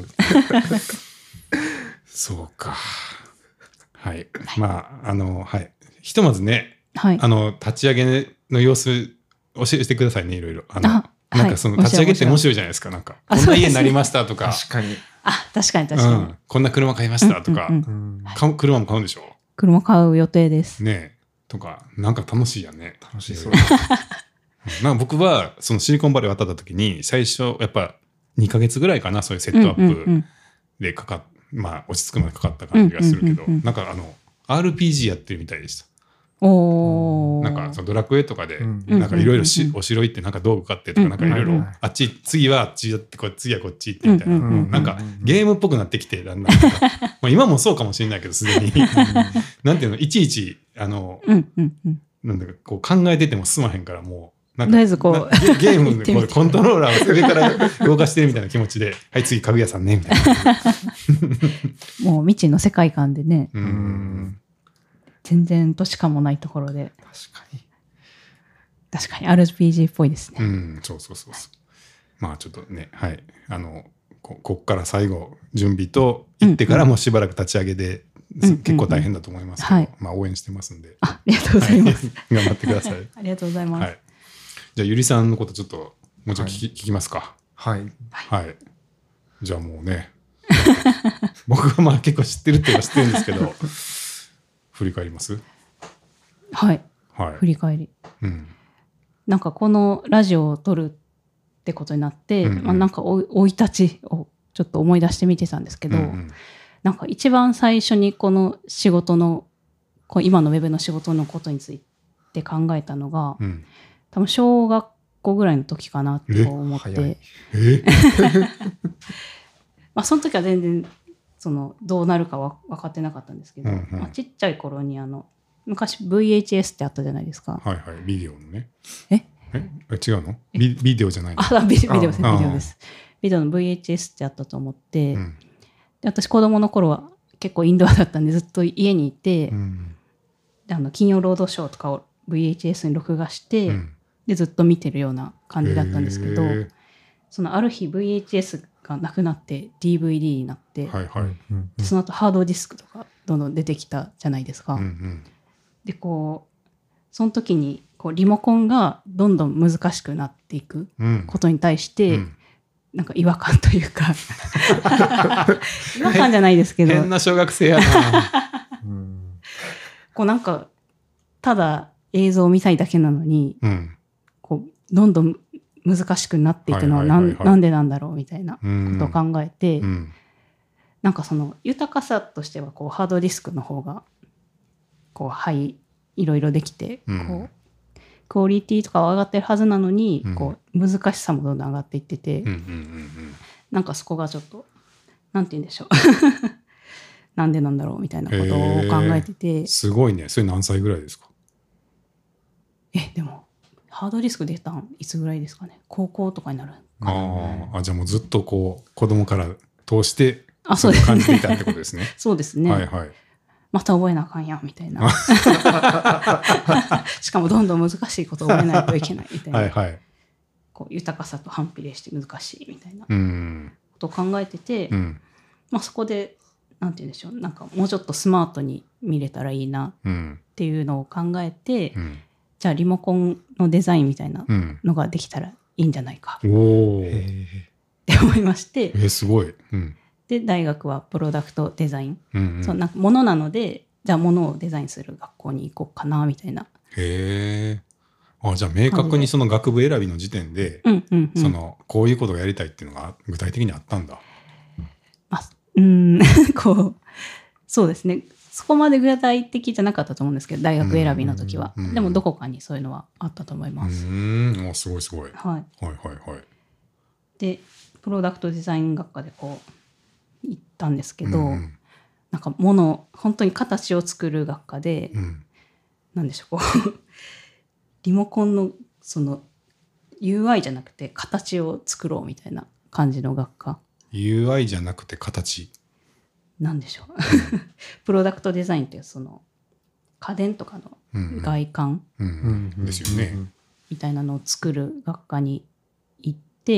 そうか。はい。まあ、あの、はい。ひとまずね、はい、あの、立ち上げの様子、教えてくださいね、いろいろ。あの、あなんかその、立ち上げって面白いじゃないですか。なんか、こんな家になりましたとか。 確かに。 あ、確かに確かに、うん。 こんな車買いましたとか。うんうんうん、車も買うんでしょ？ 車買う予定です。 ねとか、なんか楽しいやね。 楽しそう。 なんか僕は、そのシリコンバレー渡った時に、最初、やっぱにかげつぐらいかな、そういうセットアップでかかっ、うんうんうん、まあ、落ち着くまでかかった感じがするけど、うんうんうんうん、なんかあの、アールピージー やってるみたいでした。おなんかそのドラクエとかで、なんかいろいろお城行ってなんか道具買ってとか、なんかいろいろ、あっち、次はあっちやって、次はこっち行ってみたいな、なんかゲームっぽくなってきて、だんだん。まあ今もそうかもしれないけど、すでに。なんていうの、いちいち、あの、なんだかこう考えてても進まへんから、もう、なんかゲームでこうコントローラーを上から動かしてるみたいな気持ちで、はい、次家具屋さんね、みたいな。 もう未知の世界観でね。うん全然都市感もないところで。 確かに。 確かに アールピージー っぽいですね。 うん、そうそうそうそう。まあちょっとね、はい。あの、こ, こっから最後、準備と行ってからもしばらく立ち上げで、うんうん、結構大変だと思いますけど、うんうんうん、まあ応援してますんで。 あ, ありがとうございます。 はい、頑張ってください。 ありがとうございます。はい、 じゃあ、ゆりさんのことちょっと、もうちょっと聞き、はい、聞きますか。 はい。 はい。じゃあもうね、僕はまあ結構知ってるっていうのは知ってるんですけど、振り返ります？ はい。はい、振り返り。うん。なんかこのラジオを撮るってことになって、うんうん、まあ、なんか生い立ちをちょっと思い出してみてたんですけど、うんうん、なんか一番最初にこの仕事の、こう今のウェブの仕事のことについて考えたのが、うん、多分小学校ぐらいの時かなと思って、えまあその時は全然そのどうなるかは分かってなかったんですけど、うんうんまあ、ちっちゃい頃にあの昔 ブイエイチエス ってあったじゃないですか。 はいはい、ビデオのね。 ええ違うの？ビ, ビデオじゃないの？ あビデオですビデオです。ビデオの ブイエイチエス ってあったと思って、うん、で私子供の頃は結構インドアだったんでずっと家にいて、うん、であの金曜ロードショーとかを ブイエイチエス に録画して、うん、でずっと見てるような感じだったんですけど、そのある日 ブイエイチエス がなくなって ディーブイディー になって、はいはいうん、でその後ハードディスクとかどんどん出てきたじゃないですか。うんうん、でこうその時にこうリモコンがどんどん難しくなっていくことに対して、うん、なんか違和感というか違和感じゃないですけど変な小学生やなこうなんかただ映像を見たいだけなのに、うん、こうどんどん難しくなっていくのは な, ん、なんでなんだろうみたいなことを考えて、うん、なんかその豊かさとしてはこうハードディスクの方がこうはいいろいろできて、うん、こうクオリティとかは上がってるはずなのに、うん、こう難しさもどんどん上がっていってて、うんうんうんうん、なんかそこがちょっとなんて言うんでしょうなんでなんだろうみたいなことを考えてて。 すごいね。それ何歳ぐらいですか？ えでもハードディスク出たんいつぐらいですかね。高校とかになるかな。 ああじゃあもうずっとこう子供から通してそう感じていたってことですね。 そうですね。 はいはい。 また覚えなあかんやんみたいなしかもどんどん難しいことを覚えないといけないみたいなはい、はい、こう豊かさと反比例して難しいみたいなことを考えてて、うん、まあそこでなんて言うんでしょうなんかもうちょっとスマートに見れたらいいなっていうのを考えて、うん、じゃあリモコンのデザインみたいなのができたらいいんじゃないか、うん、って思いまして、 えー、すごい、うんで大学はプロダクトデザイン、うんうん、そうなんか物なのでじゃあ物をデザインする学校に行こうかなみたいな。 へえ。あじゃあ明確にその学部選びの時点で、うんうんうん、そのこういうことをやりたいっていうのが具体的にあったんだ。 まあ、うんこうそうですねそこまで具体的じゃなかったと思うんですけど、大学選びの時は、うんうんうん、でもどこかにそういうのはあったと思います。 うん、あ、すごいすごい、 はい、 はいはいはい。 でプロダクトデザイン学科でこう行ったんですけど、うんうん、なんかもの本当に形を作る学科で、うん、なんでしょうこうリモコンのその ユーアイ じゃなくて形を作ろうみたいな感じの学科。 ユーアイ じゃなくて形なんでしょうプロダクトデザインってその家電とかの外観、 うんうんうん、ですよねみたいなのを作る学科に行って、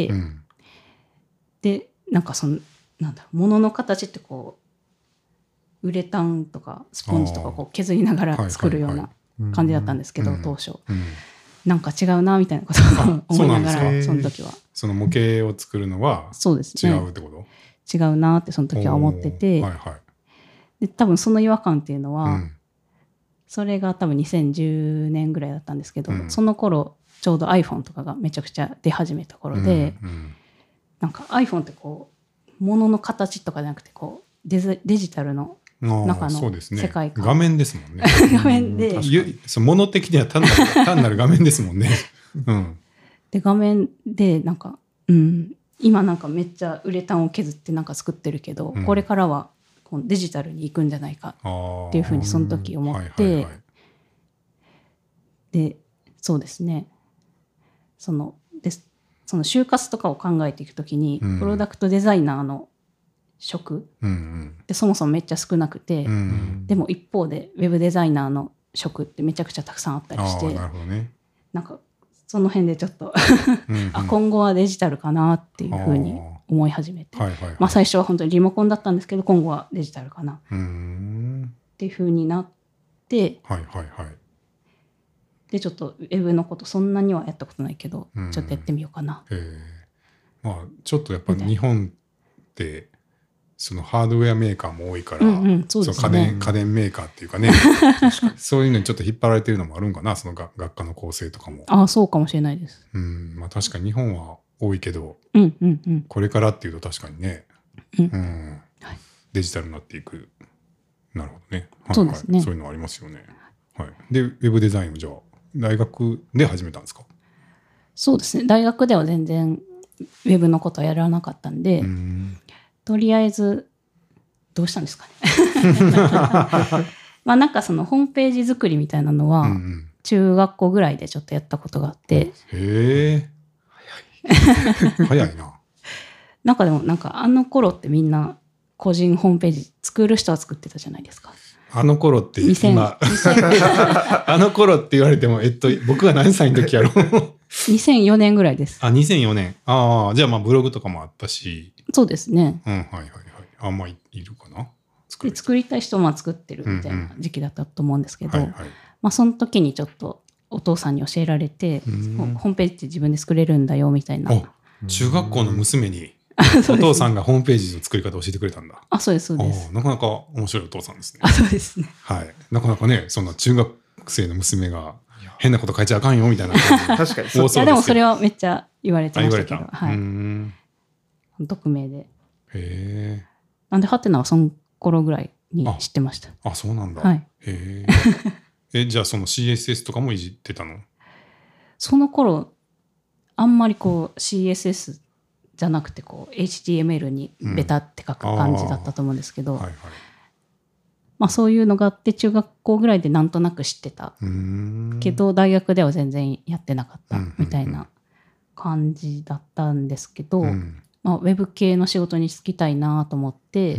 うん、でなんかそのなんだろう物の形ってこうウレタンとかスポンジとかこう削りながら作るような感じだったんですけど、はいはいはい、当初、うんうん、なんか違うなみたいなことを思いながら そ, その時はその模型を作るのは違うってこと、ね、 違うなってその時は思ってて、はいはい、で多分その違和感っていうのは、うん、それが多分にせんじゅうねんぐらいだったんですけど、うん、その頃ちょうど iPhone とかがめちゃくちゃ出始めた頃で、うんうん、なんか iPhone ってこう物の形とかじゃなくてこう デ, デジタルの中の世界観、 ね、画面ですもんね画面で物的には単なる単なる画面ですもんね、うん、 で画面でなんか、うん、今なんかめっちゃウレタンを削ってなんか作ってるけど、うん、これからはこのデジタルに行くんじゃないかっていうふうにその時思って、はいはいはい、でそうですねそのでその就活とかを考えていくときに、うん、プロダクトデザイナーの職ってそもそもめっちゃ少なくて、うんうん、でも一方でウェブデザイナーの職ってめちゃくちゃたくさんあったりして、 なるほどね、 なんかその辺でちょっとうん、あ今後はデジタルかなっていうふうに思い始めて、はいはいはい、まあ、最初は本当にリモコンだったんですけど今後はデジタルかなっていうふうになって、 はいはいはい、 でちょっとウェブのことそんなにはやったことないけど、うん、ちょっとやってみようかな。 へえ、まあちょっとやっぱ日本ってそのハードウェアメーカーも多いから、うんうん、そうですね、その家電、家電メーカーっていうかねそういうのにちょっと引っ張られてるのもあるんかな、その学科の構成とかも。 ああ、そうかもしれないです。 うん、まあ確かに日本は多いけど、 うんうんうん、 これからっていうと確かにね、うんうん、はい、デジタルになっていく。なるほどね。はい、そうですね、はい、そういうのありますよね。はい、でウェブデザインをじゃあ大学で始めたんですか？ そうですね、大学では全然ウェブのことはやらなかったんで、うん、とりあえずどうしたんですかねまあなんかそのホームページ作りみたいなのは中学校ぐらいでちょっとやったことがあって、 うんうん、へえ早い早いな。 なんかでもなんかあの頃ってみんな個人ホームページ作る人は作ってたじゃないですか。 あの頃って今あの頃って言われても、えっと、僕が何歳の時やろにせんよねんぐらいです。 あ、にせんよねん。ああ、じゃあまあブログとかもあったし。 そうですね。 うん、はいはいはい。あんまりいるかな。 作りで作りたい人は作ってるみたいな時期だったと思うんですけど、うんうん、はいはい、まあその時にちょっとお父さんに教えられて、ホームページって自分で作れるんだよみたいな。 中学校の娘にお父さんがホームページの作り方を教えてくれたんだ。 あ、そうですそうです。 なかなか面白いお父さんですね。 あ、そうですね。 はい。なかなかね、そんな中学生の娘が変なこと書いちゃあかんよみたいな感じ。 確かにそう。 いやでもそれはめっちゃ言われてましたけど、 言われた。はい。うん、 匿名で。へえ。 なんでハテナはその頃ぐらいに知ってました。 あ、あそうなんだ。 はい。 へえ。え、じゃあその シーエスエス とかもいじってたの？ その頃あんまりこう シーエスエスじゃなくてこう エイチティーエムエル にベタって書く感じだったと思うんですけど、うん、はいはい、まあそういうのがあって中学校ぐらいでなんとなく知ってたけど大学では全然やってなかったみたいな感じだったんですけど、うん、まあ、ウェブ系の仕事に就きたいなと思って、うん、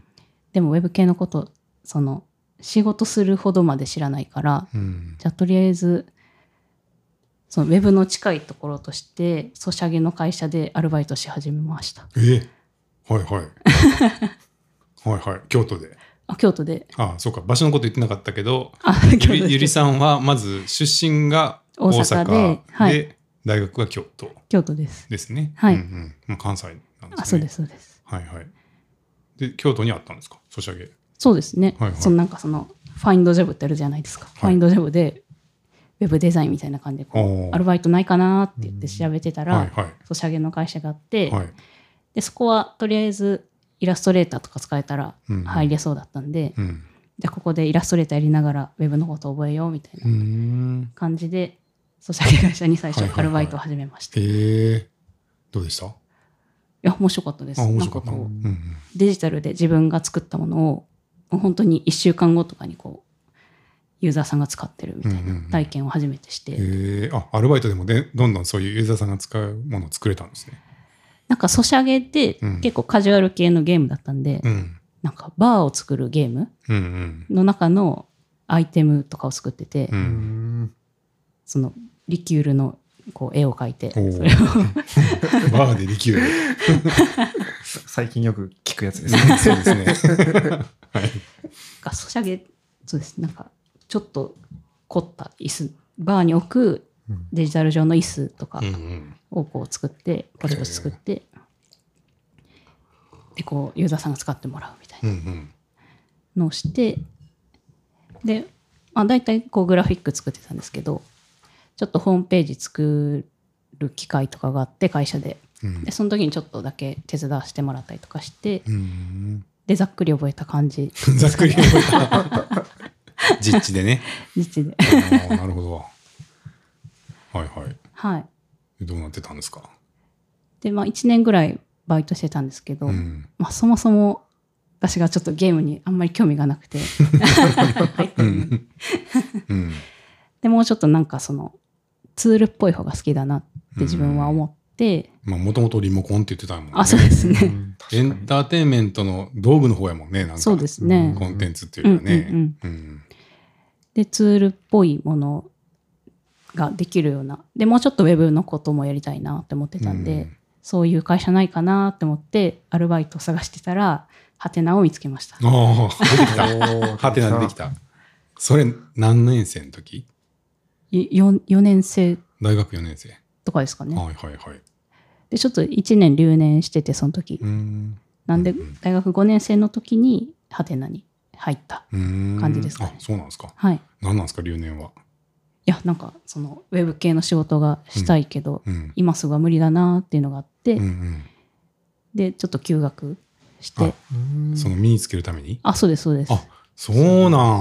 でもウェブ系のことその仕事するほどまで知らないから、うん、じゃあとりあえずそのウェブの近いところとしてソシャゲの会社でアルバイトし始めました。 えはいはいはいはい京都で。 あ京都で。 ああそうか場所のこと言ってなかったけど、ゆり、ゆりさんはまず出身が大阪 で, 大阪で、はい、大学は京都。 京都です。 ですね。 はい。 うんうん、関西なんですね。 あそうですそうです。 はいはい。で京都にあったんですかソシャゲ。 そうですね。はいはい、そのなんかそのファインドジョブってあるじゃないですか。はい、ファインドジョブでウェブデザインみたいな感じでこうアルバイトないかなって言って調べてたら、はいはい、ソシャゲの会社があって、はい、でそこはとりあえずイラストレーターとか使えたら入れそうだったんで、うん、 じゃあここでイラストレーターやりながらウェブのことを覚えようみたいな感じでソシャゲ会社に最初アルバイトを始めました。 はいはいはい、へえ、どうでした？いや面白かったです。 あ、面白かった。 なんかこう、 うんうん、 デジタルで自分が作ったものを本当にいっしゅうかんごとかにこうユーザーさんが使ってるみたいな体験を初めてして、うんうんうん、 へえ、あ、アルバイトでもでどんどんそういうユーザーさんが使うものを作れたんですね。 なんかソシャゲって結構カジュアル系のゲームだったんで、うん、なんかバーを作るゲームの中のアイテムとかを作ってて、うん、そのリキュールのこう絵を描いてそれをバーでリキュール最近よく聞くやつですね。 そうですね。はい。 ソシャゲ、そうです。なんかちょっと凝った椅子、バーに置くデジタル上の椅子とかをこう作って、これを作って、でこうユーザーさんが使ってもらうみたいなのをして、で、まあ、大体こうグラフィック作ってたんですけど、ちょっとホームページ作る機会とかがあって会社で、うん、でその時にちょっとだけ手伝わせてもらったりとかして、うん、でざっくり覚えた感じ、ね、 ざっくり覚えた実地でね。 実地で。 あ、なるほど。はいはい。 はい。 どうなってたんですか？ で、まあいちねんぐらいバイトしてたんですけど、うん、まあそもそも私がちょっとゲームにあんまり興味がなくて入ってるのに、うん、でもうちょっとなんかそのツールっぽい方が好きだなって自分は思って、 まあもともとリモコンって言ってたもんね。 あ、そうですね。 エンターテインメントの道具の方やもんね。なんかそうですね。 コンテンツっていうかね、うんうんうん。 でツールっぽいものができるような、でもうちょっとウェブのこともやりたいなって思ってたんで、うん、そういう会社ないかなって思ってアルバイトを探してたらハテナを見つけました。 ああ、出てきた。ハテナ出てきた。それ何年生の時 ？よねん生。 大学よねん生とかですかね。 はいはいはい。 でちょっといちねん留年しててその時。うんなんで大学ごねん生の時にハテナに入った感じですかね。 あ、そうなんですか。 はい。 何なんですか留年は。 いやなんかそのウェブ系の仕事がしたいけど、うんうん、今すぐは無理だなっていうのがあって、うんうん、でちょっと休学して。 その身につけるために？ あ、そうですそうです。 あ、そうなん。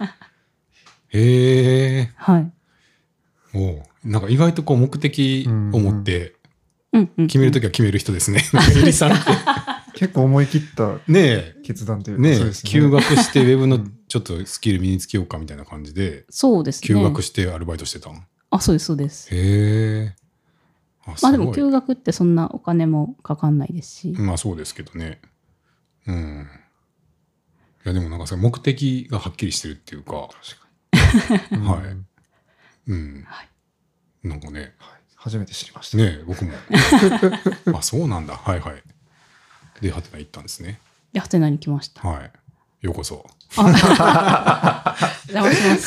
へえ。 はい。 おなんか意外とこう目的を持って決めるときは決める人ですね。ゆりさんって結構思い切った決断というか、 ねえ、ね休学してウェブのちょっとスキル身につけようかみたいな感じで、 そうですね。 休学してアルバイトしてたん？あ、 そうですそうです。 へえ。 まあでも休学ってそんなお金もかかんないですし。 まあそうですけどね。うん。いやでもなんか目的がはっきりしてるっていうか。確かに。はい。うん。はい。なんかね、はい、 初めて知りました。 ね、僕も。あ、そうなんだ。はいはい。で、ハテナ行ったんですね。 で、ハテナに来ました。 はい。ようこそ。 あ、邪魔します。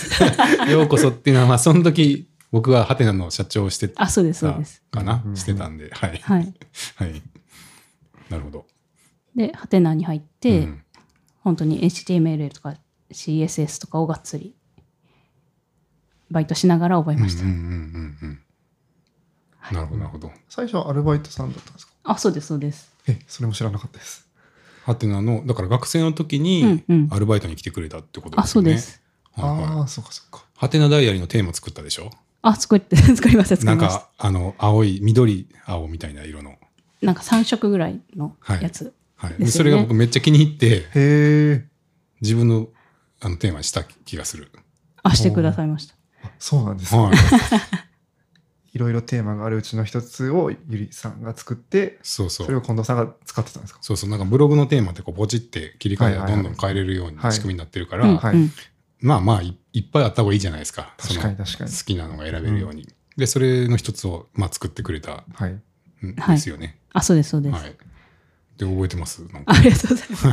ようこそっていうのは、まあ、その時、僕はハテナの社長をしてた。 あ、そうです、そうです。 かな、うん、してたんで、はい。 はい。 はい。なるほど。 で、ハテナに入って、うん、本当に エイチティーエムエル とか シーエスエス とかをがっつりバイトしながら覚えました。 なるほどなるほど。 最初はアルバイトさんだったんですか？ あ、そうですそうです。 え、それも知らなかったです。 ハテナのだから学生の時にアルバイトに来てくれたってことですね。 あ、そうです。 はいはい、ああ、そうかそうか。 ハテナダイアリーのテーマ作ったでしょ？ あ、作って作りました作りました。なんかあの青い緑青みたいな色のなんかさん色ぐらいのやつ、 はいはい、でそれが僕めっちゃ気に入って、へ自分のあのテーマにした気がする。 あ、してくださいました。 そうなんですね。はいいろいろテーマがあるうちの一つをゆりさんが作って、そうそうそれを近藤さんが使ってたんですか？ そうそう、なんかブログのテーマってこうポチって切り替えたらどんどん変えれるような仕組みになってるから、はいはいはい、まあまあ い, いっぱいあった方がいいじゃないですか。 確かに確かに。 好きなのが選べるように。うん、で、それの一つをまあ作ってくれたんですよね。はい、 あ、そうですそうです。はい、 で、覚えてます？なんかありがとうございます。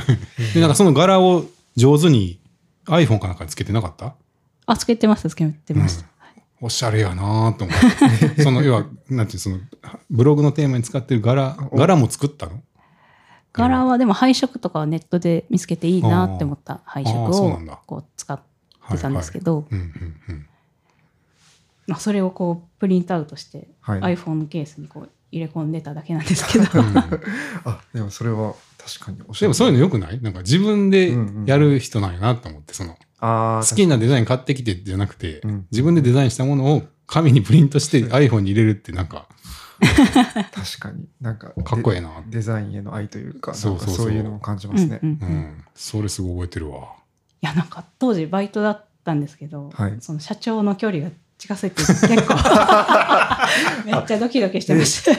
で、なんかその柄を上手に iPhone かなんかにつけてなかった？ あ、つけてましたつけてました。うんおしゃれやなと思って。その要はなんていうそのブログのテーマに使ってる柄柄も作ったの？ 柄はでも配色とかはネットで見つけていいなって思った配色をこう使ってたんですけど、まあそれをこうプリントアウトして iPhone ケースにこう入れ込んでただけなんですけど、 あでもそれは確かに。 でもそういうのよくない？なんか自分でやる人なんやなと思って、その、好きなデザイン買ってきてじゃなくて、うん、自分でデザインしたものを紙にプリントして iPhone に入れるってなんか、 確かに。なんか、 かっこいいな。 デザインへの愛というか、そうそうそう、そういうのも感じますね。 うんうんうんうん。それすごい覚えてるわ。 いや、なんか当時バイトだったんですけど、はい、その社長の距離が近すぎて結構めっちゃドキドキしてました。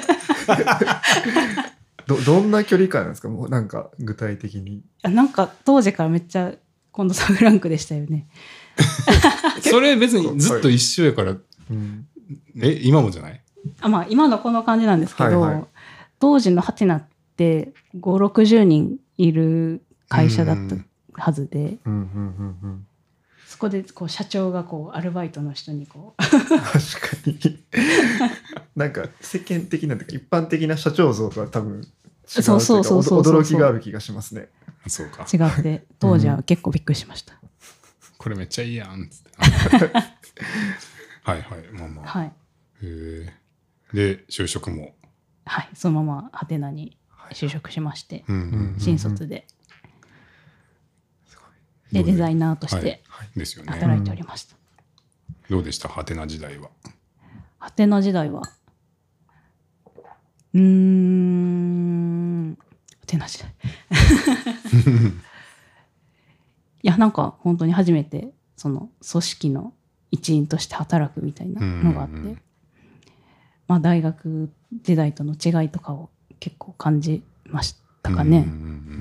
ど, どんな距離感なんですか？もうなんか具体的に。 なんか当時からめっちゃ近藤さんフランクでしたよね。 それ別にずっと一緒やから、はい、え今もじゃない？ あ、まあ今のこの感じなんですけど、はいはい、当時のハテナってごじゅう、ろくじゅうにんいる会社だったはずで、うんうんうんうん、そこでこう社長がこうアルバイトの人にこう確かになんか世間的な一般的な社長像とは多分違うというか驚きがある気がしますね。 そうか。 違って当時は結構びっくりしました。うん、 これめっちゃいいやんっつってはいはいまあまあ、はい、へえ。で就職もはいそのままハテナに就職しまして、はい、新卒で、でデザイナーとして働いておりました。 どうでしたハテナ時代は？ ハテナ時代はうーんハテナ時代いやなんか本当に初めてその組織の一員として働くみたいなのがあって、まあ大学時代との違いとかを結構感じましたかね。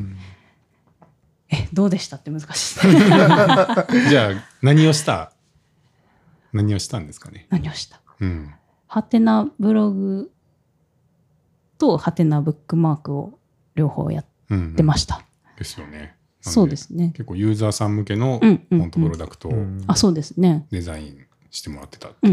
えどうでしたって難しいじゃあ何をした何をしたんですかね。 何をした、うん、ハテナブログとハテナブックマークを両方やってました、うんうん、 ですよね。 そうですね。 結構ユーザーさん向けの本当プロダクトをデザインしてもらってたっていう。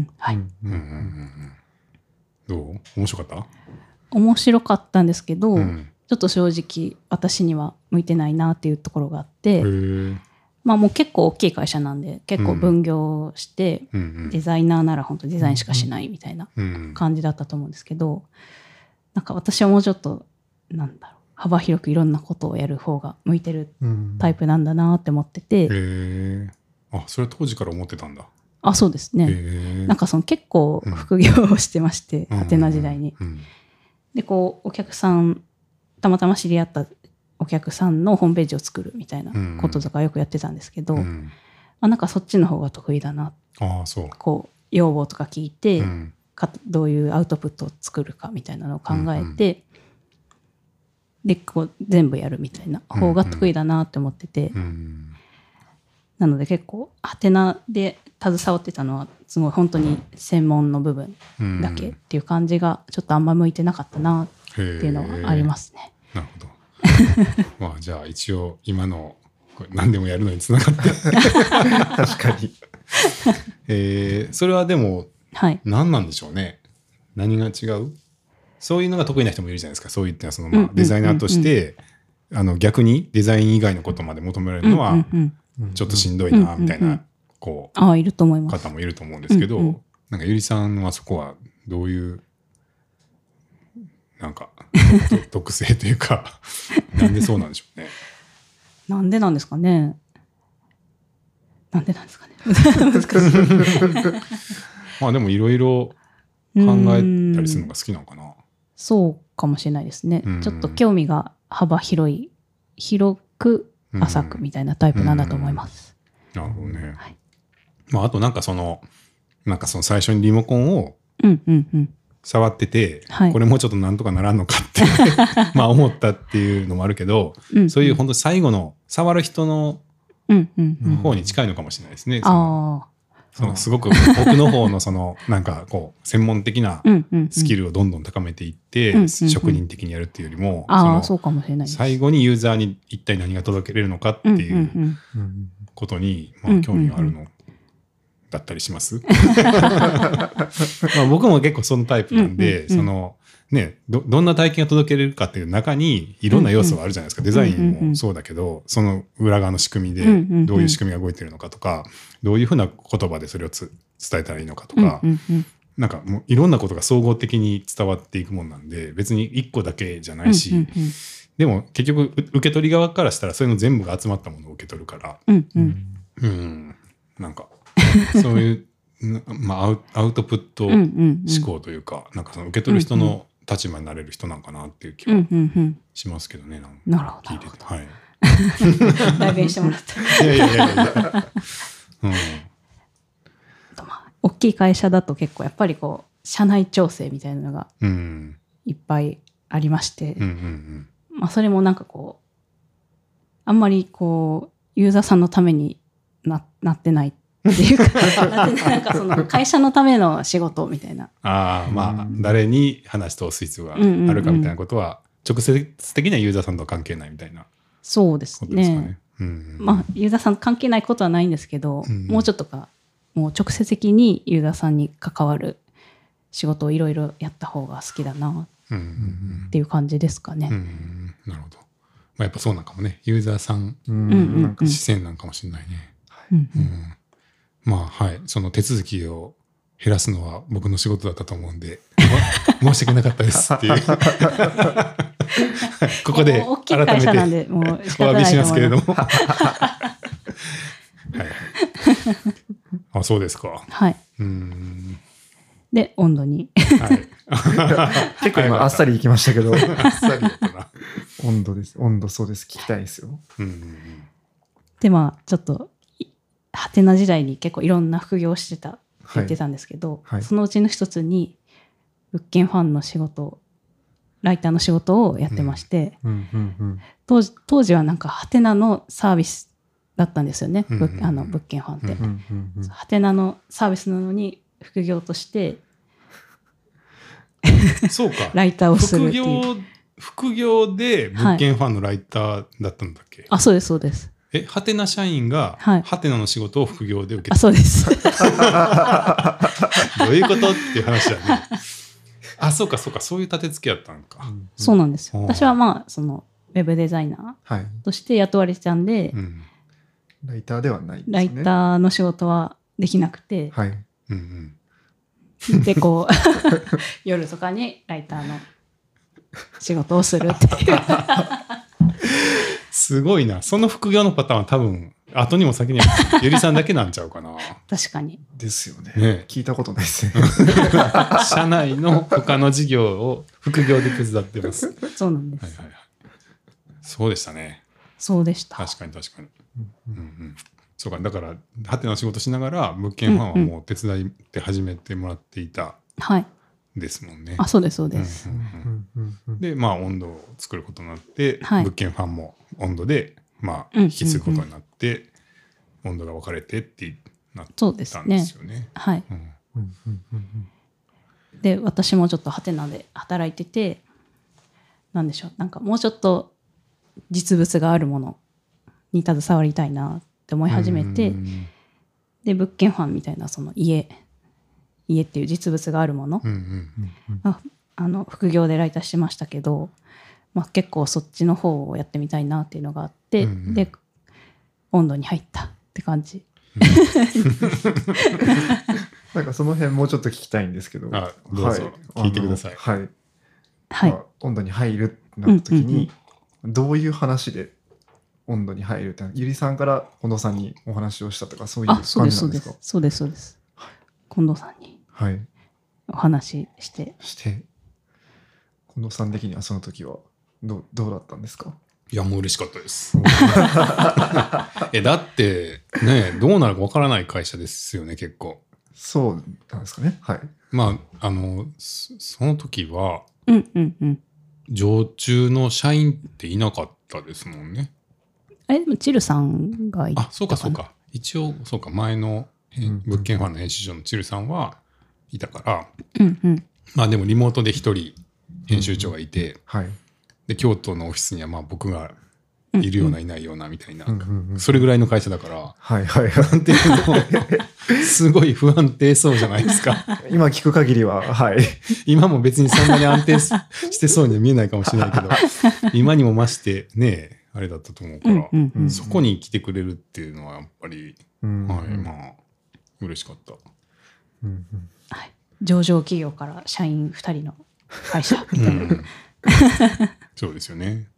はい。どう？面白かった？ 面白かったんですけど、うん、ちょっと正直私には向いてないなっていうところがあって、まあもう結構大きい会社なんで結構分業して、うん、デザイナーなら本当デザインしかしないみたいな感じだったと思うんですけど、なんか私はもうちょっとなんだろう幅広くいろんなことをやる方が向いてるタイプなんだなって思ってて、うん、 へあそれは当時から思ってたんだ。 あそうですね。なんかその結構副業をしてまして、うん、ハテナ時代に、うんうんうん、でこうお客さんたまたま知り合ったお客さんのホームページを作るみたいなこととかよくやってたんですけど、うんうんまあ、なんかそっちの方が得意だな。 あそうこう要望とか聞いて、うん、かどういうアウトプットを作るかみたいなのを考えて、うんうんでこう全部やるみたいな方が得意だなって思ってて、うんうん、なので結構ハテナで携わってたのはすごい本当に専門の部分だけっていう感じがちょっとあんま向いてなかったなっていうのはありますね。 なるほどまあじゃあ一応今のこれ何でもやるのにつながって確かに、 えー、それはでも何なんでしょうね、はい、何が違う？そういうのが得意な人もいるじゃないですか。そういったそのまあデザイナーとしてあの逆にデザイン以外のことまで求められるのはちょっとしんどいなみたいなこう方もいると思うんですけど、なんかゆりさんはそこはどういうなんか特性というかなんでそうなんでしょうね。 なんでなんですかね。なんでなんですかね。難しい。 まあでもいろいろ考えたりするのが好きなのかな。 そうかもしれないですね、うん、ちょっと興味が幅広い広く浅くみたいなタイプなんだと思います、 うんうん、なるほどね、はいまあ、あとなんかそのなんかその最初にリモコンを触ってて、うんうんうん、これもうちょっとなんとかならんのかってまあ思ったっていうのもあるけど、うんうん、そういう本当最後の触る人の方に近いのかもしれないですね、うんうんうん、あそのすごく奥の方のそのなんかこう専門的なスキルをどんどん高めていって職人的にやるっていうよりも最後にユーザーに一体何が届けれるのかっていうことにまあ興味があるのだったりしますまあ僕も結構そのタイプなんでそのね、ど, どんな体験が届けれるかっていう中にいろんな要素があるじゃないですか、うんうん、デザインもそうだけど、うんうん、その裏側の仕組みでどういう仕組みが動いてるのかとか、どういうふうな言葉でそれをつ伝えたらいいのかとか、うんうんうん、なんかもういろんなことが総合的に伝わっていくもんなんで別に一個だけじゃないし、うんうんうん、 でも結局受け取り側からしたらそういうの全部が集まったものを受け取るから、 うんうんうん、なんかそういうまあアウ、アウトプット思考というか、うんうんうん、なんかその受け取る人の立場になれる人なんかなっていう気はしますけどね。 なるほど。 聞いてて、はい。 代弁してもらった。 いやいやいやいや。うん。 大きい会社だと結構やっぱりこう社内調整みたいなのがいっぱいありまして、 うんうんうん、 まあそれもなんかこうあんまりこうユーザーさんのために な, なってないっていうかなんかその会社のための仕事みたいな。 ああまあ誰に話し通す必要があるかみたいなことは直接的にはユーザーさんとは関係ないみたいな。 そうですね。 ですかね。うんうん、 まあユーザーさん関係ないことはないんですけど、うん、もうちょっとかもう直接的にユーザーさんに関わる仕事をいろいろやった方が好きだなっていう感じですかね。 うんうんうん、なるほど。まあ、やっぱそうなんかもね。ユーザーさんなんか視線なんかもしれないね。 うんうんうん、 まあはいその手続きを減らすのは僕の仕事だったと思うんで申し訳なかったですっていうここで改めてお詫びしますけれどもはいはい、あそうですか。 はい。 うんで温度に、 はい、結構今あっさりいきましたけどあっさりやったな温度です温度そうです聞きたいですよ。 うんうんうん、 でまあちょっとハテナ時代に結構いろんな副業をしてたって言ってたんですけど、はいはい、そのうちの一つに物件ファンの仕事ライターの仕事をやってまして、 うんうんうんうん、 当時、当時はなんかハテナのサービスだったんですよね、 うんうんうん、 あの物件ファンって、 うんうんうん、 ハテナのサービスなのに副業としてそうかライターをするっていう副業、副業で物件ファンのライターだったんだっけ、はい、 あそうですそうです。 えハテナ社員がハテナの仕事を副業で受けて、 あそうですどういうことっていう話だね。あそうかそうかそういう立て付けやったんか、うん、 そうなんですよ。私はまあそのウェブデザイナーとして雇われてたんで、はいうん、ライターではないんですね。 ライターの仕事はできなくて、 はいうんうん、でこう夜とかにライターの仕事をするっていうすごいな。その副業のパターンは多分後にも先にもゆりさんだけなんちゃうかな。 確かにですよ ね, ね聞いたことないですね社内の他の事業を副業で手伝ってます。 そうなんです、 はいはいはい、そうでしたね。 そうでした。 確かに確かに、うんうん、そうかだからハテナの仕事しながら物件ファンはもう手伝って始めてもらっていた、 はいですもんね。 あそうですそうです、 うんうんうん、でまあ温度を作ることになって、 はい、 物件ファンも温度でまあ引き継ぐことになって、うんうんうん、温度が分かれてってなったんですよね。 そうですねはい、 うんうんうんうん、 で私もちょっとハテナで働いててなんでしょうなんかもうちょっと実物があるものに携わりたいなって思い始めて、で物件ファンみたいなその家家っていう実物があるもの、 うんうんうん、あ, あの副業でライターしてましたけど、まあ、結構そっちの方をやってみたいなっていうのがあって、うんうん、で温度に入ったって感じ、うん、 なんかその辺もうちょっと聞きたいんですけど、 あどうぞ、はい、聞いてください。 はい、 はいまあ、温度に入るってなった時に、うんうんうん、どういう話で温度に入るってゆりさんから近藤さんにお話をしたとかそういう感じなんですか？ そうですそうですそうです、はい、近藤さんにはいお話ししてして近藤さん的にはその時はど う, どうだったんですか？ いやもう嬉しかったですえだってねどうなるかわからない会社ですよね結構。 そうなんですかね。はい。 まああのその時は、 うんうんうん、 常駐の社員っていなかったですもんね。 えでもチルさんがいたかな。 あそうかそうか一応そうか前の物件ファンの編集長のチルさんはいたから、 うんうん、 まあでもリモートで一人編集長がいて、 うんはい、 で京都のオフィスにはまあ僕がいるようないないようなみたいな、うんうん、それぐらいの会社だから、 はいはい、 なんていうのすごい不安定そうじゃないですか今聞く限りは、はい、 今も別にそんなに安定してそうには見えないかもしれないけど今にも増してねあれだったと思うから、うんうんうん、そこに来てくれるっていうのはやっぱり、うんうん、はい、まあ嬉しかった、 うんうんはい、上場企業から社員ふたりの会社みたいな、 うん、そうですよね。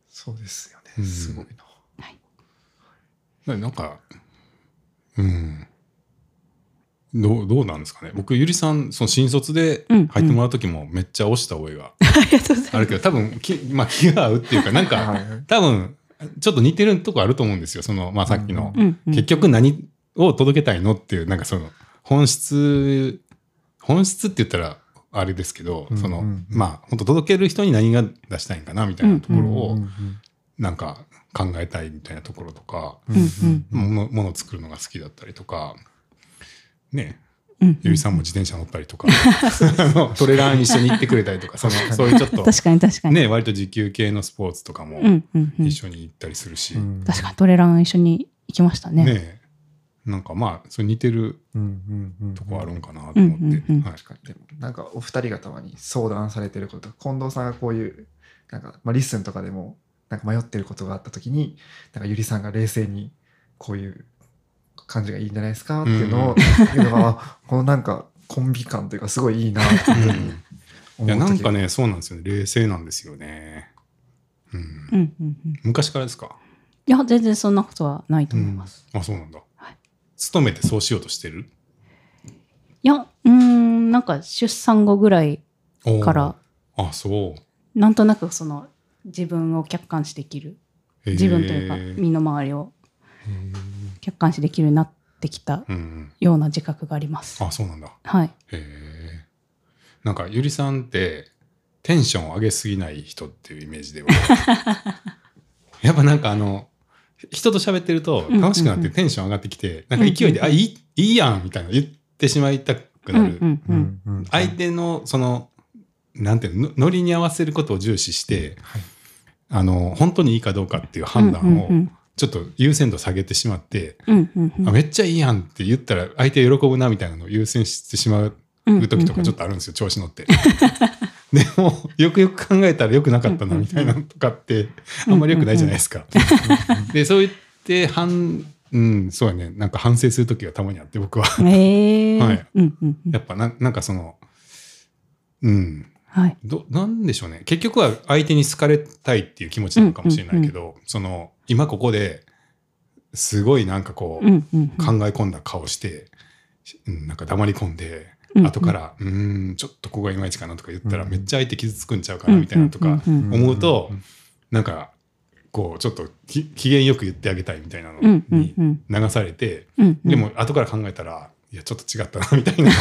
そうですよね、うん、すごいな、 はい、なんかうんどう、どうなんですかね。僕ゆりさんその新卒で入ってもらう時もめっちゃ押した覚えがあるけど、多分き、まあ、気が合うっていうかなんか多分ちょっと似てるとこあると思うんですよ。その、まあ、さっきの、うんうん、結局何を届けたいのっていうなんかその本質本質って言ったらあれですけど、うんうんうん、そのまあ本当届ける人に何が出したいんかなみたいなところをなんか考えたいみたいなところとか、うんうん、もの、ものを作るのが好きだったりとかね、うんうん、ゆりさんも自転車乗ったりとかトレラン一緒に行ってくれたりとかそのそういうちょっと確かに確かに、 ね、割と持久系のスポーツとかも一緒に行ったりするし、うんうんうん、 確かにトレラン一緒に行きましたね。 ね、なんかまあそれ似てるとこあるんかなと思って、 確かに。でもなんかお二人がたまに相談されてること、近藤さんがこういうなんか、まあ、リッスンとかでもなんか迷ってることがあった時になんかゆりさんが冷静にこういう感じがいいんじゃないですかっていうのを言うのがこのなんかコンビ感というかすごいいいなっていうふうに思う。 いやなんかねそうなんですよね、冷静なんですよね、うんうんうんうん、昔からですか？ いや全然そんなことはないと思います、 うん、あそうなんだ、はい、勤めてそうしようとしてる？ いやうーんなんか出産後ぐらいからあそうなんとなくその自分を客観視できる、自分というか身の回りを客観視できるようになってきたような自覚があります、 うん、あそうなんだ、 はい、へえなんかゆりさんってテンションを上げすぎない人っていうイメージではやっぱなんかあの人と喋ってると楽しくなってテンション上がってきて、うんうんうん、なんか勢いで、うんうんうん、あいいいいやんみたいな言ってしまいたくなる、うんうんうん、相手のそのなんていうのノリに合わせることを重視して、はい、あの本当にいいかどうかっていう判断をちょっと優先度下げてしまって、うんうんうん、あめっちゃいいやんって言ったら相手喜ぶなみたいなのを優先してしまう時とかちょっとあるんですよ、調子乗ってでもよくよく考えたらよくなかったなみたいなとかってあんまりよくないじゃないですかでそう言って反うん、そうやね、なんか反省する時がたまにあって僕は、えーはいうんうんうん、やっぱ な, なんかそのうんはい、どなんでしょうね、結局は相手に好かれたいっていう気持ちなのかもしれないけど、うんうんうん、その今ここですごいなんかこう、うんうんうん、考え込んだ顔して、うん、なんか黙り込んで、うんうん、後からうーんちょっとここがいまいちかなとか言ったら、うんうん、めっちゃ相手傷つくんちゃうかなみたいなとか思うと、うんうんうん、なんかこうちょっと機嫌よく言ってあげたいみたいなのに流されて、うんうんうん、でも後から考えたらいやちょっと違ったなみたいな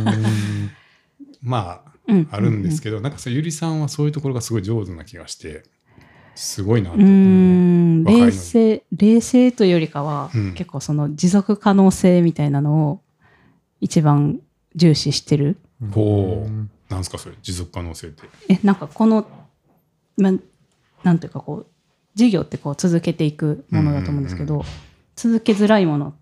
まあうんうんうん、あるんですけど、なんかゆりさんはそういうところがすごい上手な気がしてすごいなと思う。うーん冷静冷静というよりかは、うん、結構その持続可能性みたいなのを一番重視してる。 ほうなんですかそれ持続可能性って。 えなんかこの、ま、なんていうかこう事業ってこう続けていくものだと思うんですけど、うんうんうん、続けづらいものって、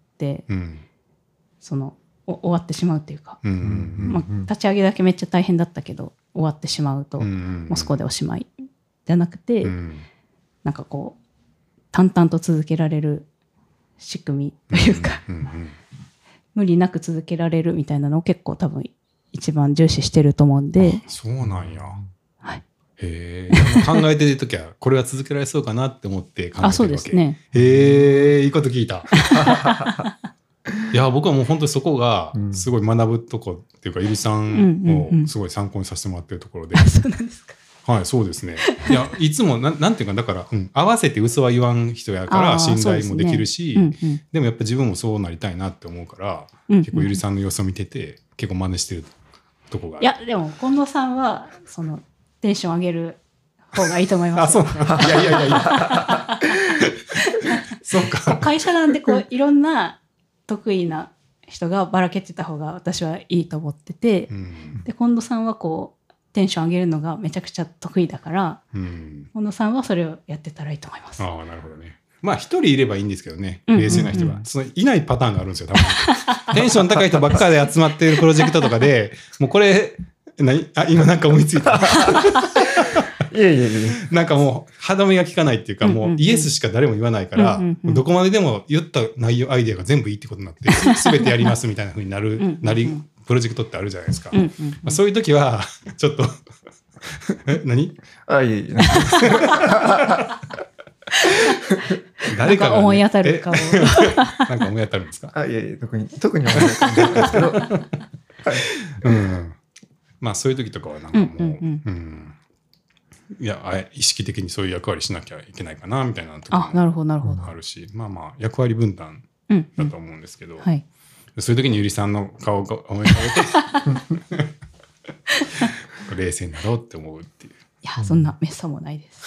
うん、その終わってしまうっていうか、うんうんうんまあ、立ち上げだけめっちゃ大変だったけど終わってしまうと、うんうんうん、もうそこでおしまいじゃなくて、うん、なんかこう淡々と続けられる仕組みというか、うんうんうん、無理なく続けられるみたいなのを結構多分一番重視してると思うんで。 そうなんや、 はい、 へえ考えてるときはこれは続けられそうかなって思って考えてるわけ。あそうですね。 へえいいこと聞いたいや僕はもう本当にそこがすごい学ぶとこっていうか、うん、ゆりさんをすごい参考にさせてもらってるところで、 うんうんうん、そうなんですか。 はいそうですね。いやいつも な, なんていうかだから、うん、合わせて嘘は言わん人やから信頼もできるし で,、ねうんうん、でもやっぱ自分もそうなりたいなって思うから、うんうん、結構ゆりさんの様子を見てて結構真似してるとこがある。 いやでも近藤さんはそのテンション上げる方がいいと思います。 あそうなんいやいやいやいやそうか会社なんでこういろんな得意な人がばらけてた方が私はいいと思ってて、うん、で近藤さんはこうテンション上げるのがめちゃくちゃ得意だから、うん、近藤さんはそれをやってたらいいと思います。 ああなるほどね。まあ一人いればいいんですけどね、冷静な人が、うんうんうん、そのいないパターンがあるんですよ多分テンション高い人ばっかりで集まっているプロジェクトとかでもうこれ何あ今なんか思いついたいやいやいやなんかもう歯止めが効かないっていうか、うんうんうん、もうイエスしか誰も言わないから、うんうんうん、どこまででも言った内容アイデアが全部いいってことになって全てやりますみたいな風になる、うんうんうん、なりプロジェクトってあるじゃないですか、うんうんうんまあ、そういう時はちょっとえ、何？ あ、いえいえ。 誰かが、ね、思い当たる顔。 なんか思い当たるんですか？ あ、いえいえ、特に、特に思い当たるんですけど。はい。 うん。まあ、そういう時とかはなんかもう、うん、うんうん、いや、意識的にそういう役割しなきゃいけないかな、みたいな時もあるし、まあまあ、役割分担だと思うんですけど、うんうんはい、そういう時にゆりさんの顔が思い浮かべて、冷静になろうって思うっていう。 いや、そんなめっさもないです。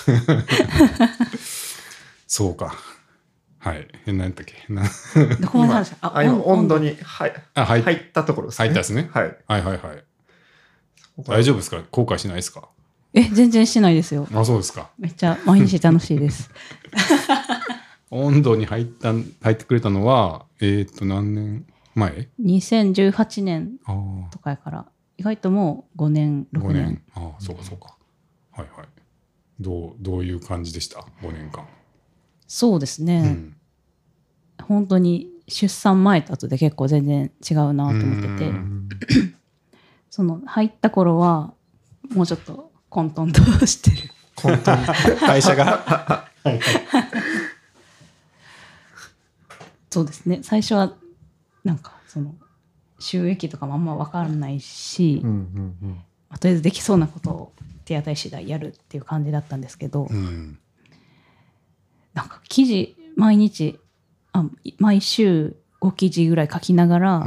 そうか。はい。何やったっけな。 どこまで話した？ あ、今、温度に入ったところですね。 入ったですね。 はい。 はいはいはい。大丈夫ですか？後悔しないですか？ え、全然しないですよ。 あ、そうですか。 めっちゃ毎日楽しいです。 温度に入った、入ってくれたのは、えっと、何年前？ にせんじゅうはちねんとかやから、意外ともうごねん、ろくねん。ごねん。 ああ、そうかそうか。はいはい。どう、どういう感じでした？ごねんかん。 そうですね。うん、本当に出産前と後で結構全然違うなと思ってて、その入った頃はもうちょっと混沌としてる。 混沌会社がそうですね。最初はなんかその収益とかもあんま分からないし、うんうんうんまあ、とりあえずできそうなことを手当たり次第やるっていう感じだったんですけど、うん、なんか記事毎日あ毎週ご記事ぐらい書きながら、うんうん、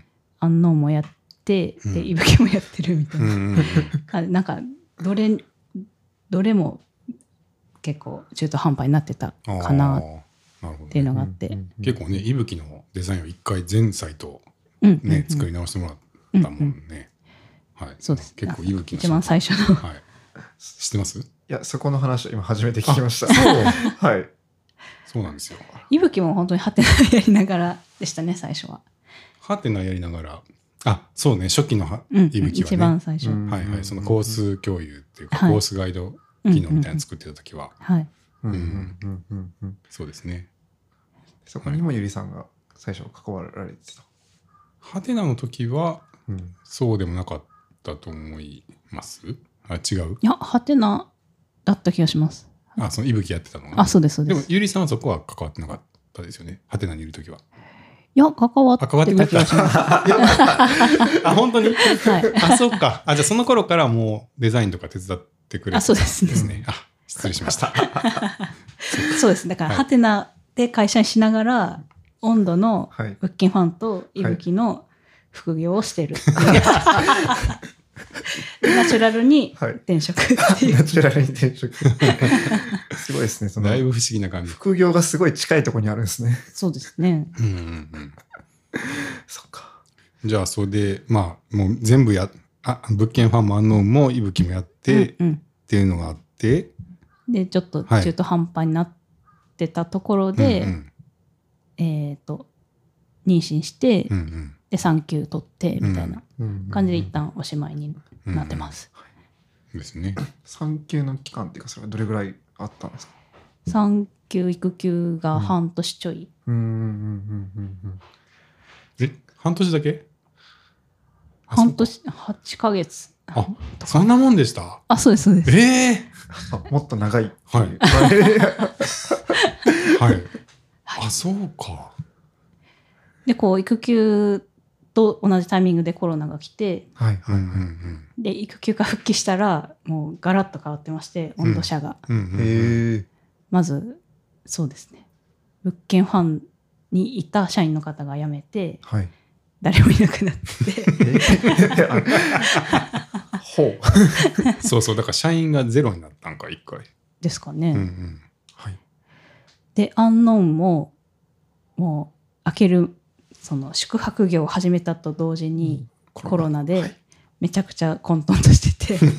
安納もやってでいぶきもやってるみたいな、うんうん、なんかどれどれも結構中途半端になってたかなっていうのがあって、ね、 結構ねいぶきのデザインを一回全サイトね、うんうんうん、作り直してもらったもんね、うんうん、はい、 そうです結構いぶきの一番最初の、 はい、知ってます？ いやそこの話今初めて聞きました。そうはいそうなんですよ。 いぶきも本当にハテナやりながらでしたね最初は。 ハテナやりながらあそうね初期のいぶきはね、 一番最初、 はいはい、そのコース共有っていうか、はい、コースガイド機能みたいなの作ってた時は、 はい、 そうですね。 そこにもゆりさんが最初関わられてた。 ハテナの時は、うん、そうでもなかったと思います。あ違う？ いやハテナだった気がします。 あそのいぶきやってたのが。 あそうですそうです。 でもゆりさんはそこは関わってなかったですよね。ハテナにいる時は。 いや関わってた気がします。 あ本当に？ はい。 あそうか。あじゃあその頃からもうデザインとか手伝ってくれてたんですね。 あそうですね。 あ失礼しました。 そうです。だからハテナで会社にしながら温度の物件ファンといぶきの副業をしてる。はいナチュラルに転職っていう、 はい、ナチュラルに転職すごいですね。そのだいぶ不思議な感じ。 副業がすごい近いところにあるんですね。 そうですね。 うんうんうん。 そっか。 じゃあそれでまあもう全部やあ物件ファンも安納もいぶきもやって、うんうん、っていうのがあってでちょっと中途半端になってたところで、はいうんうん、えっ、ー、と妊娠して。うんうんで産休取ってみたいな感じで一旦おしまいになってます。 うんうん、ですね。 産休の期間っていうかそれはどれぐらいあったんですか？ 産休育休が半年ちょい。 うんうんうんうんうん。 え半年だけ？ 半年はちかげつ。 あそんなもんでした？ あそうですそうです。 ええー、もっと長い。 はい。はい。あそうか。 でこう育休と同じタイミングでコロナが来て、 はいはいはいはい、 で育休が復帰したらもうガラッと変わってまして温度差が、 うんうんうん、 まずそうですね物件ファンにいた社員の方が辞めて、はい、誰もいなくなってほうそうそうだから社員がゼロになったんか一回ですかね、 うんうんはい、 でアンノーンももう開けるその宿泊業を始めたと同時にコロナでめちゃくちゃ混沌としてて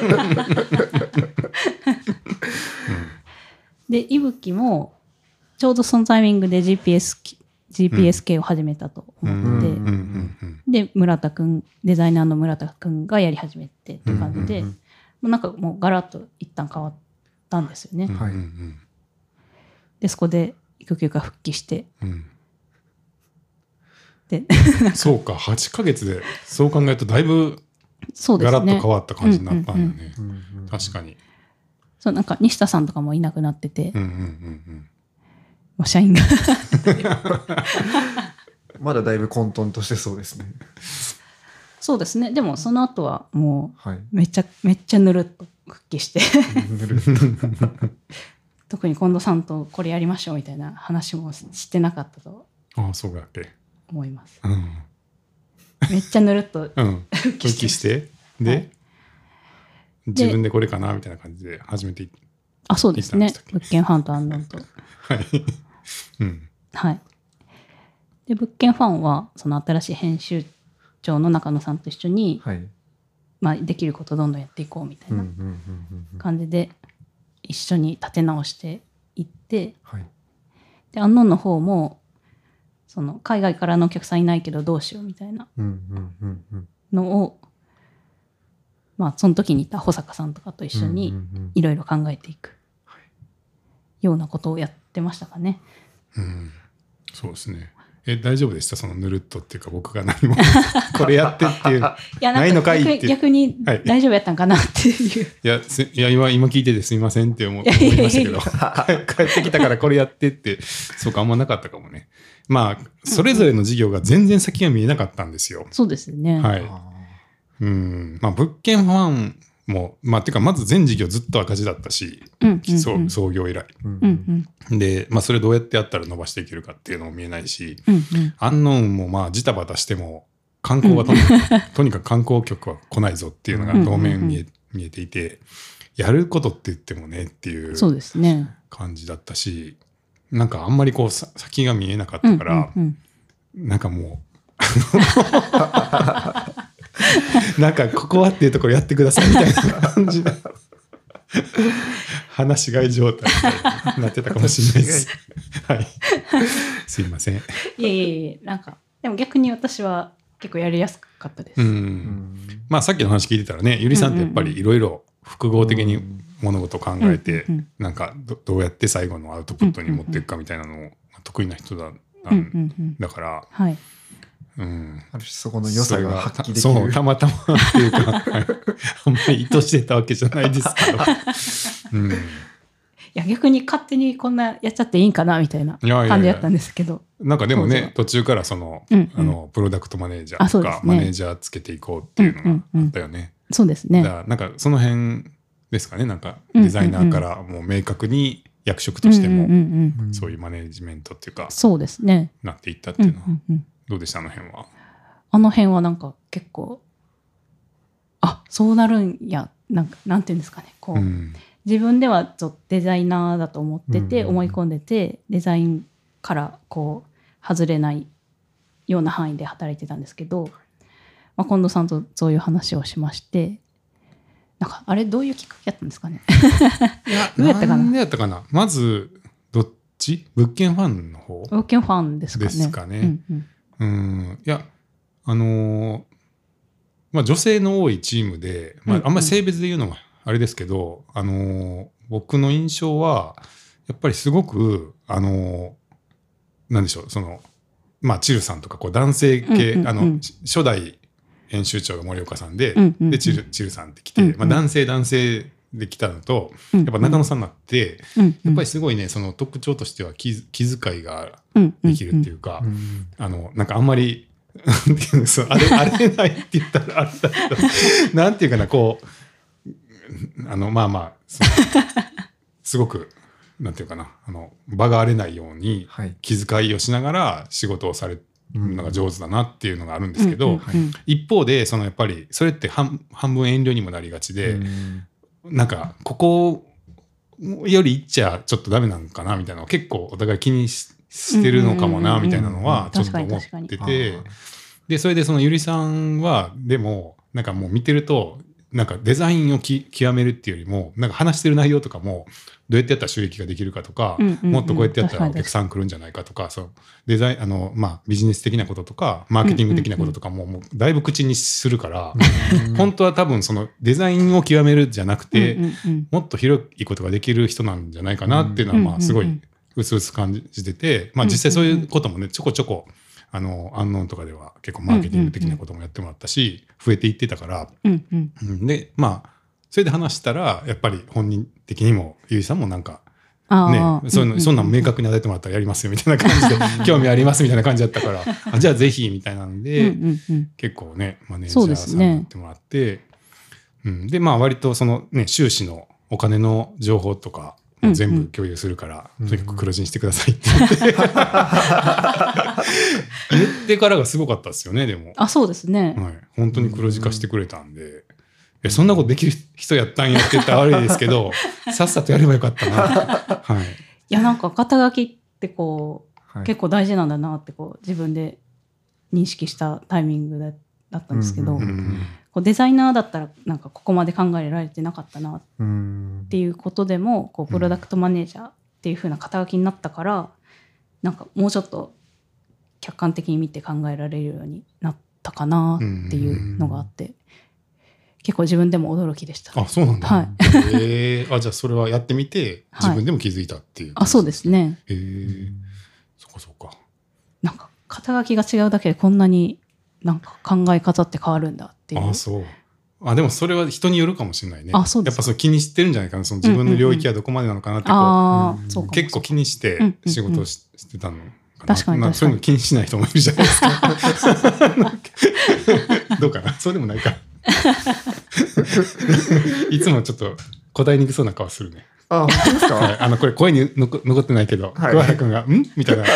でいぶきもちょうどそのタイミングで ジーピーエス ジーピーエス 系を始めたと思ってで村田くんデザイナーの村田くんがやり始めてって感じでもうなんかもうガラッと一旦変わったんですよね、はい、でそこで育休が復帰して、うんでそうかはちかげつでそう考えるとだいぶガラッと変わった感じになったんだね。 確かに。 そうなんか西田さんとかもいなくなってて、 うんうんうんうん、 もう社員がまだだいぶ混沌としてそうですね。 そうですね。でもその後はもうめっちゃ、はい、めっちゃぬるっと復帰してぬるっと特に近藤さんとこれやりましょうみたいな話もしてなかったとああそうだっけ思います、 うん、 めっちゃぬるっと復帰して、うん、復帰してで、はい、自分でこれかなみたいな感じで始めていったあそうですね。物件ファンとアンノンとはい、うん、 はいで物件ファンはその新しい編集長の中野さんと一緒に、はいまあ、できることをどんどんやっていこうみたいな感じで一緒に立て直していって、はい、でアンノンの方もその海外からのお客さんいないけどどうしようみたいなのを、まあ、その時にいた保坂さんとかと一緒にいろいろ考えていくようなことをやってましたかね。 うん、そうですね。え大丈夫でしたそのぬるっとっていうか僕が何もこれやってっていういやなんかないのかいって逆に大丈夫やったんかなっていう、 はい、いやすいや 今, 今聞いててすみませんって思いましたけど帰ってきたからこれやってってそうかあんまなかったかもね。まあそれぞれの事業が全然先が見えなかったんですよ。 そうですね。 はい。うんまあ物件ファンもまあてかまず全事業ずっと赤字だったし、うんうんうん、そう創業以来、うんうん、で、まあ、それどうやってやったら伸ばしていけるかっていうのも見えないし、うんうん、アンノーンもまあジタバタしても観光はとにかく、うん、とにかく観光客は来ないぞっていうのが当面見え、うんうんうん、見えていてやることって言ってもねっていう感じだったし、なんかあんまりこう先が見えなかったから、うんうんうん、なんかもうなんかここはっていうところやってくださいみたいな感じで話し飼い状態になってたかもしれないです。はい。すいません。いえいえいえ、なんかでも逆に私は結構やりやすかったです。うん。 まあさっきの話聞いてたらね、ゆりさんってやっぱりいろいろ複合的に物事を考えて、うんうんうん、なんか ど, どうやって最後のアウトプットに持っていくかみたいなのを得意な人だ、うんうんうん、だから。はい。うん、 ある種そこの良さが発揮できる。 そうたまたまっていうかあんまり意図してたわけじゃないですけど、うん、いや逆に勝手にこんなやっちゃっていいんかなみたいな感じだったんですけど、いやいやいやなんかでもね途中からその、うんうん、あのプロダクトマネージャーとか、ね、マネージャーつけていこうっていうのがあったよね、うんうんうん、 そうですね。 だからなんかその辺ですかね、なんかデザイナーからもう明確に役職としてもそういうマネージメントっていうか、 そうですね、 なっていったっていうのは、うんうんうん、どうでしたあの辺は。 あの辺はなんか結構あそうなるんやなんかなんていうんですかねこう、うん、自分ではちょっとデザイナーだと思ってて、うん、思い込んでてデザインからこう外れないような範囲で働いてたんですけど、まあ、近藤さんとそういう話をしまして、なんかあれどういうきっかけやったんですかね。 いやどうやったかな。なんでやったかな。まずどっち物件ファンの方物件ファンですかね。 ですかね。うんうんうん、いやあのーまあ、女性の多いチームで、まあ、あんまり性別で言うのはあれですけど、うんうん、あのー、僕の印象はやっぱりすごくあのー、なんでしょうそのまあチルさんとかこう男性系、うんうんうん、あの初代編集長が森岡さんで、うんうんうん、でチル、チルさんって来て、うんうんまあ、男性男性で来たのと、うんうん、やっぱ中野さんになって、うんうん、やっぱりすごいねその特徴としては 気, 気遣いができるっていうか、うんうんうん、あのなんかあんまりあれあれないって言ったらあれだけどなんていうかなこうあのまあまあ す, すごくなんていうかなあの場が荒れないように気遣いをしながら仕事をされるのが上手だなっていうのがあるんですけど、うんうんうん、一方でそのやっぱりそれって 半, 半分遠慮にもなりがちで、うん、なんかここよりいっちゃちょっとダメなのかなみたいなのを結構お互い気にししてるのかもなみたいなのはちょっと思ってて、でそれでそのゆりさんはでもなんかもう見てるとなんかデザインをき極めるっていうよりもなんか話してる内容とかもどうやってやったら収益ができるかとか、うんうんうん、もっとこうやってやったらお客さん来るんじゃないかとか、そうデザインあの、まあ、ビジネス的なこととかマーケティング的なこととかも、うんうんうん、もうだいぶ口にするから、うんうん、本当は多分そのデザインを極めるじゃなくて、うんうんうん、もっと広いことができる人なんじゃないかなっていうのはまあすごいうすうす感じてて、まあ、実際そういうこともねちょこちょこあのアンノーンとかでは結構マーケティング的なこともやってもらったし、増えていってたから、うんうん、でまあそれで話したらやっぱり本人的にもゆいさんもなんかね、そういうの、そんなん明確に与えてもらったらやりますよみたいな感じで興味ありますみたいな感じだったからあじゃあぜひみたいなので、うんうんうん、結構ねマネージャーさんになってもらって、う、ね、うん、でまあ割とそのね収支のお金の情報とか全部共有するから、うんうん、とにかく黒字にしてくださいって言って言ってからがすごかったですよね。でもあそうですね、 はい、本当に黒字化してくれたんで、うんえそんなことできる人やったんやって言ったら悪いですけどさっさとやればよかったな、はい、 いやなんか肩書きってこう、はい、結構大事なんだなってこう自分で認識したタイミングだったんですけど、うんうんうん、こうデザイナーだったらなんかここまで考えられてなかったなっていうことでもこうプロダクトマネージャーっていう風な肩書きになったからなんかもうちょっと客観的に見て考えられるようになったかなっていうのがあって、うんうん結構自分でも驚きでした。 あ、そうなんだ。 はい。 えー、あ、じゃあそれはやってみて自分でも気づいたっていう、 はい。あ、そうですね。 えー、そっかそっか。 なんか肩書きが違うだけでこんなになんか考え方って変わるんだっていう。 あ、そう。あ、でもそれは人によるかもしれないね。 あ、そうです。 やっぱそう気にしてるんじゃないかな。その自分の領域はどこまでなのかなってこう、うんうんうん、結構気にして仕事を し,、うんうんうん、してたの。 確かに確かに。 そういうの気にしない人もいるじゃないですか。どうかな。そうでもないか。いつもちょっと答えにくそうな顔するね。 あ、本当ですか？ はい、あのこれ声に残ってないけど、はい、桑原君がんみたいな。い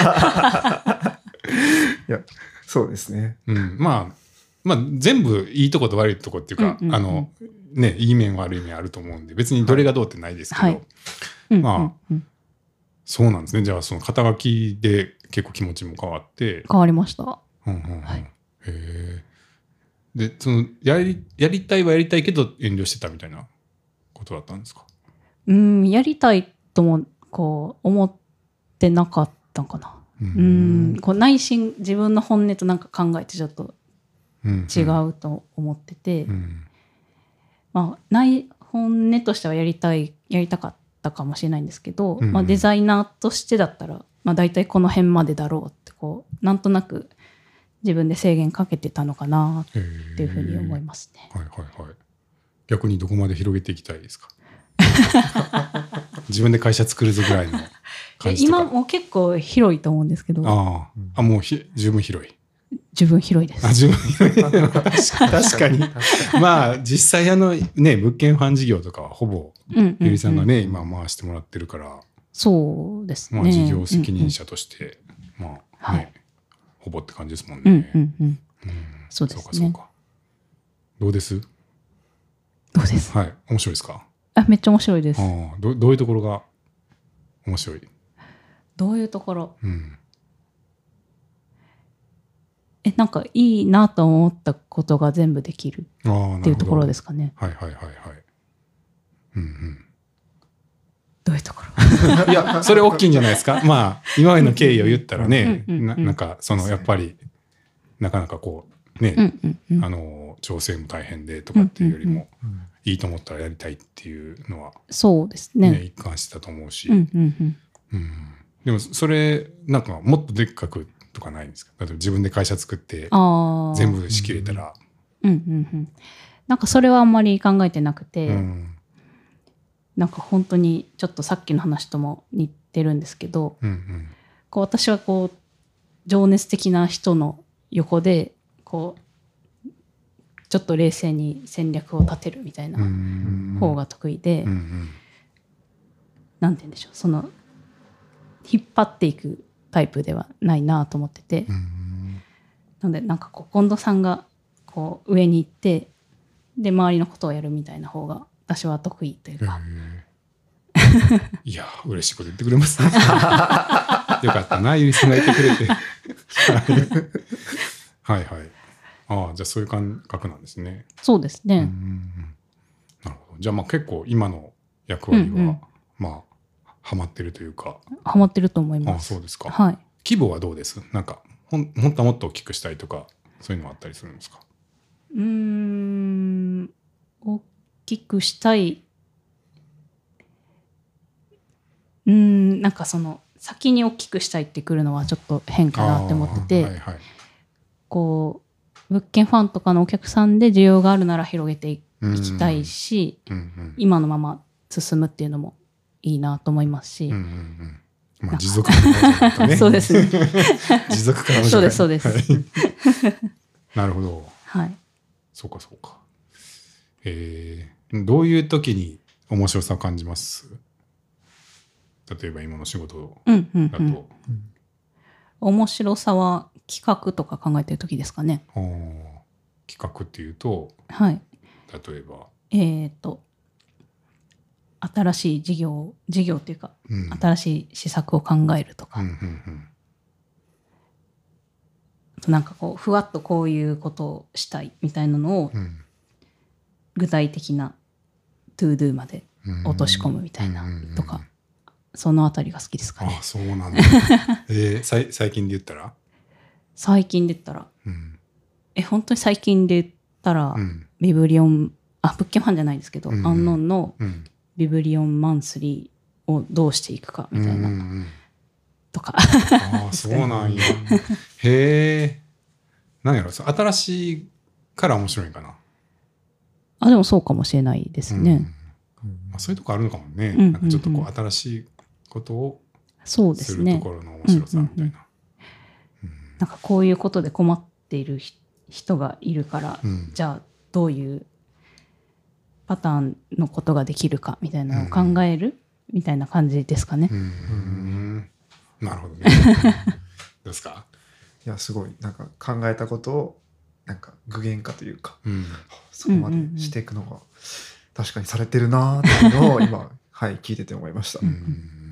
や、そうですね。 うん、まあまあ全部いいとこと悪いとこっていうか、うんうんうん、あのねいい面悪い面あると思うんで別にどれがどうってないですけど、はい、まあ、うんうんうん、そうなんですね。じゃあその肩書きで結構気持ちも変わって変わりました。 うんうんうん、はい、へえ。でそのやり、やりたいはやりたいけど遠慮してたみたいなことだったんですか？ うん、やりたいともこう思ってなかったかな。うん、うんこう内心自分の本音となんか考えてちょっと違うと思ってて、うんうん、まあ内本音としてはやりたいやりたかったかもしれないんですけど、うんまあ、デザイナーとしてだったら、まあ、大体この辺までだろうってこうなんとなく自分で制限かけてたのかなっていうふうに思いますね。 はいはいはい。逆にどこまで広げていきたいですか？自分で会社作るぞぐらいの感じとか。 今も結構広いと思うんですけど。 ああ、もうひ十分広い。 十分広いです。 あ、十分広い。確かに。まあ実際あのね物件ファン事業とかはほぼゆりさんがね、うんうんうん、今回してもらってるから。 そうですね。 まあ事業責任者として、うんうん、まあね。はいほぼって感じですもんね。うんうんうんうん、 そうですね。 そうかそうか。どうです？ どうです？ はい。面白いですか？ あ、めっちゃ面白いです。 ああ、どどういうところが面白い？ どういうところ？うん、え、なんかいいなと思ったことが全部できるっていうところですかね。 はいはいはいはい。うんうん。 どういうところ？いや、それ大きいんじゃないですか。まあ今までの経緯を言ったらね、うんうんうん、な, なんかそのやっぱりなかなかこうね、うんうんうん、あの調整も大変でとかっていうよりも、うんうんうん、いいと思ったらやりたいっていうのは、 そうですね。ね一貫してたと思うし、うんうんうんうん、でもそれなんかもっとでっかくとかないんですか？例えば自分で会社作って全部仕切れたら、 うんうんうん、なんかそれはあんまり考えてなくて。うんなんか本当にちょっとさっきの話とも似てるんですけど、うんうん、こう私はこう情熱的な人の横でこうちょっと冷静に戦略を立てるみたいな方が得意で、うんうん、なんて言うんでしょうその引っ張っていくタイプではないなと思ってて、うん、なのでなんかこう近藤さんがこう上に行ってで周りのことをやるみたいな方が私は得意というか、 いや嬉しいこと言ってくれますね。よかったなゆりさんが言ってくれて。はいはい。ああじゃあそういう感覚なんですね。 そうですね。 うんなるほど。じゃあまあ結構今の役割は、うんうん、まあハマってるというか。 ハマってると思います。 ああそうですか。 はい。 規模はどうです？なんかほん本当はもっと大きくしたいとかそういうのはあったりするんですか？ うーん大きくしたい。うーんなんかその先に大きくしたいってくるのはちょっと変かなって思ってて、はいはい、こう物件ファンとかのお客さんで需要があるなら広げていいきたいし、 うんうん、 今のまま進むっていうのもいいなと思いますし、 うんうんうんまあ、持続可能だね。 そうですね。 持続可能そうですそうです。 はい、なるほど。 はい。そうかそうか。えー、どういう時に面白さを感じます？例えば今の仕事だと。うんうんうん、 面白さは企画とか考えてる時ですかね。 企画っていうと、 はい。 例えば。 えっと。新しい事業事業っていうか、うん、新しい施策を考えるとか、うんうんうん、なんかこうふわっとこういうことをしたいみたいなのを、うん、具体的なトゥードゥまで落とし込むみたいなとか、うんうんうん、そのあたりが好きですかね。 あ、そうなんだ。えー、さい最近で言ったら最近で言ったら、うん、え本当に最近で言ったら、うん、ビブリオンあブッケファンじゃないですけど、うんうん、アンノンの、うんビブリオンマンスリーをどうしていくかみたいな、うんうん、とかああそうなんや。へえ。何やろ新しいから面白いかな。 あでもそうかもしれないですね。 うんまあ、そういうとこあるのかもね、うんうんうん、なんかちょっとこう新しいことをするところの面白さみたいな。 なんかこういうことで困っている人がいるから、うん、じゃあどういうパターンのことができるかみたいなのを考える、うん、みたいな感じですかね。うんうんなるほどね。どうですか？ いやすごいなんか考えたことをなんか具現化というか、うん、そこまでしていくのが確かにされてるなっていうのを今はい聞いてて思いました。うん、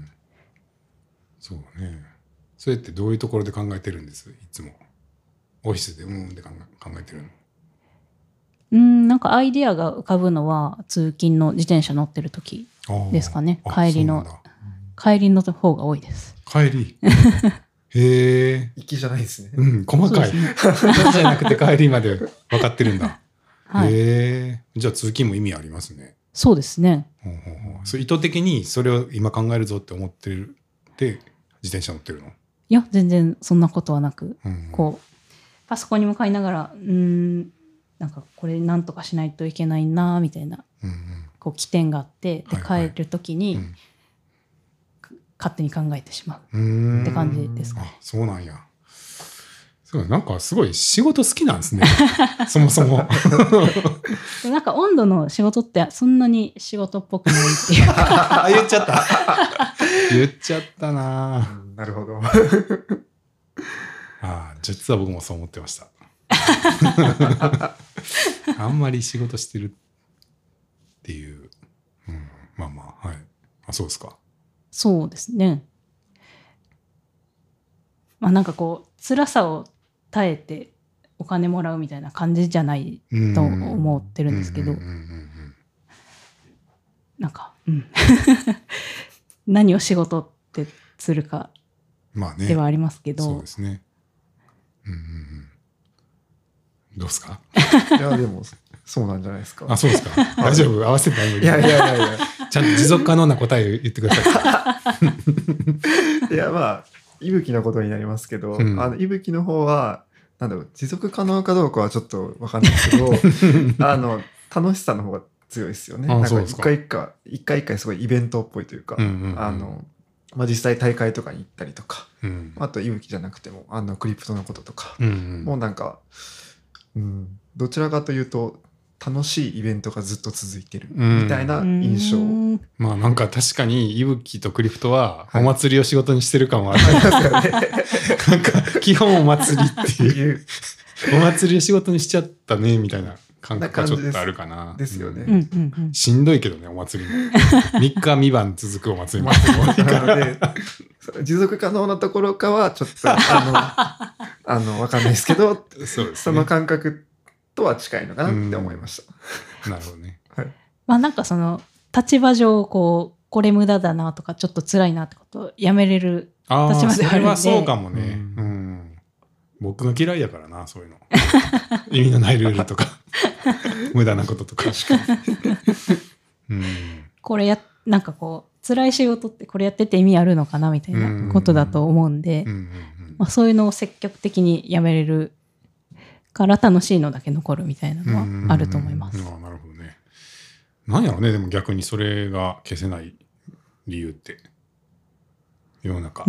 そうね。それってどういうところで考えてるんです？いつもオフィスでうんで考えてるの？ うんなんかアイディアが浮かぶのは通勤の自転車乗ってる時ですかね。帰りの帰りの方が多いです。 帰りへえ行きじゃないですね。 うん細かい、ね、行きじゃなくて帰りまで分かってるんだ。はい、へえじゃあ通勤も意味ありますね。 そうですね。 ほうほうほうそれ意図的にそれを今考えるぞって思ってるで自転車乗ってるの？ いや全然そんなことはなく、うん、こうパソコンに向かいながらうんなんかこれなんとかしないといけないなみたいな、うんうん、こう起点があってで、はいはい、帰る時に、うん、勝手に考えてしまうって感じですかね。 あそうなんや。そうなんかすごい仕事好きなんですね。そもそもなんか温度の仕事ってそんなに仕事っぽくないっていうか言っちゃった言っちゃったな、 うん、なるほどあ実は僕もそう思ってましたあんまり仕事してるっていう、うん、まあまあはいあそうですか。 そうですね。まあなんかこう辛さを耐えてお金もらうみたいな感じじゃないと思ってるんですけど、なんか、うん、何を仕事ってするかではありますけど、 まあね、そうですね。うんうんうんどうですか？ いやでもそうなんじゃないですか。 あそうですか。大丈夫合わせて大丈夫。 いやいやいやいやちゃんと持続可能な答えを言ってください。いやまあいぶきのことになりますけど、うん、あのいぶきの方はなんだろう持続可能かどうかはちょっと分かんないですけどあの楽しさの方が強いですよね。なんか一回一回一回一回すごいイベントっぽいというか、うんうんうん、あのまあ、実際大会とかに行ったりとか、うん、あといぶきじゃなくてもあのクリプトのこととか、うんうん、もうなんか、うん、どちらかというと楽しいイベントがずっと続いてるみたいな印象、うん、 まあなんか確かにいぶきとクリプトはお祭りを仕事にしてる感はある、はい、なんか基本お祭りっていうお祭りを仕事にしちゃったねみたいな感覚がちょっとあるかな。 です、ですよね、 うんうん、しんどいけどねお祭りもみっかみばん続くお祭りも持続可能なところかはちょっとあのあの分かんないですけどそうです、ね、その感覚とは近いのかなって思いました。 なるほどね。 はい、まあなんかその立場上こうこれ無駄だなとかちょっと辛いなってことをやめれる立場であるんで。 それはそうかもね。うんうん、僕が嫌いやからなそういうの意味のないルールとか無駄なこととか確かに、 うん、これやなんかこう辛い仕事ってこれやってて意味あるのかなみたいなことだと思うんで、まあ、そういうのを積極的にやめれるから楽しいのだけ残るみたいなのはあると思います。 うんうんうん、あなるほどね。 なんやろね、でも逆にそれが消せない理由って。世の中。 うん。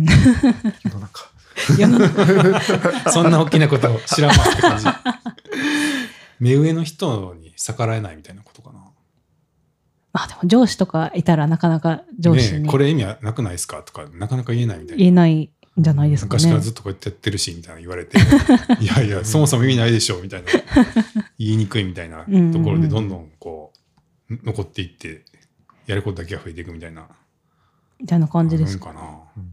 世の中。 世の中。 そんな大きなことを知らんわって感じ。目上の人に逆らえないみたいなことかな。 まあでも上司とかいたらなかなか上司に、 ね、これ意味はなくないですかとかなかなか言えないみたいな。 言えないんじゃないですかね。 昔からずっとこうやってやってるしみたいな言われていやいやそもそも意味ないでしょみたいな言いにくいみたいなところでどんどんこう残っていってやることだけが増えていくみたいなみたいな感じですかな。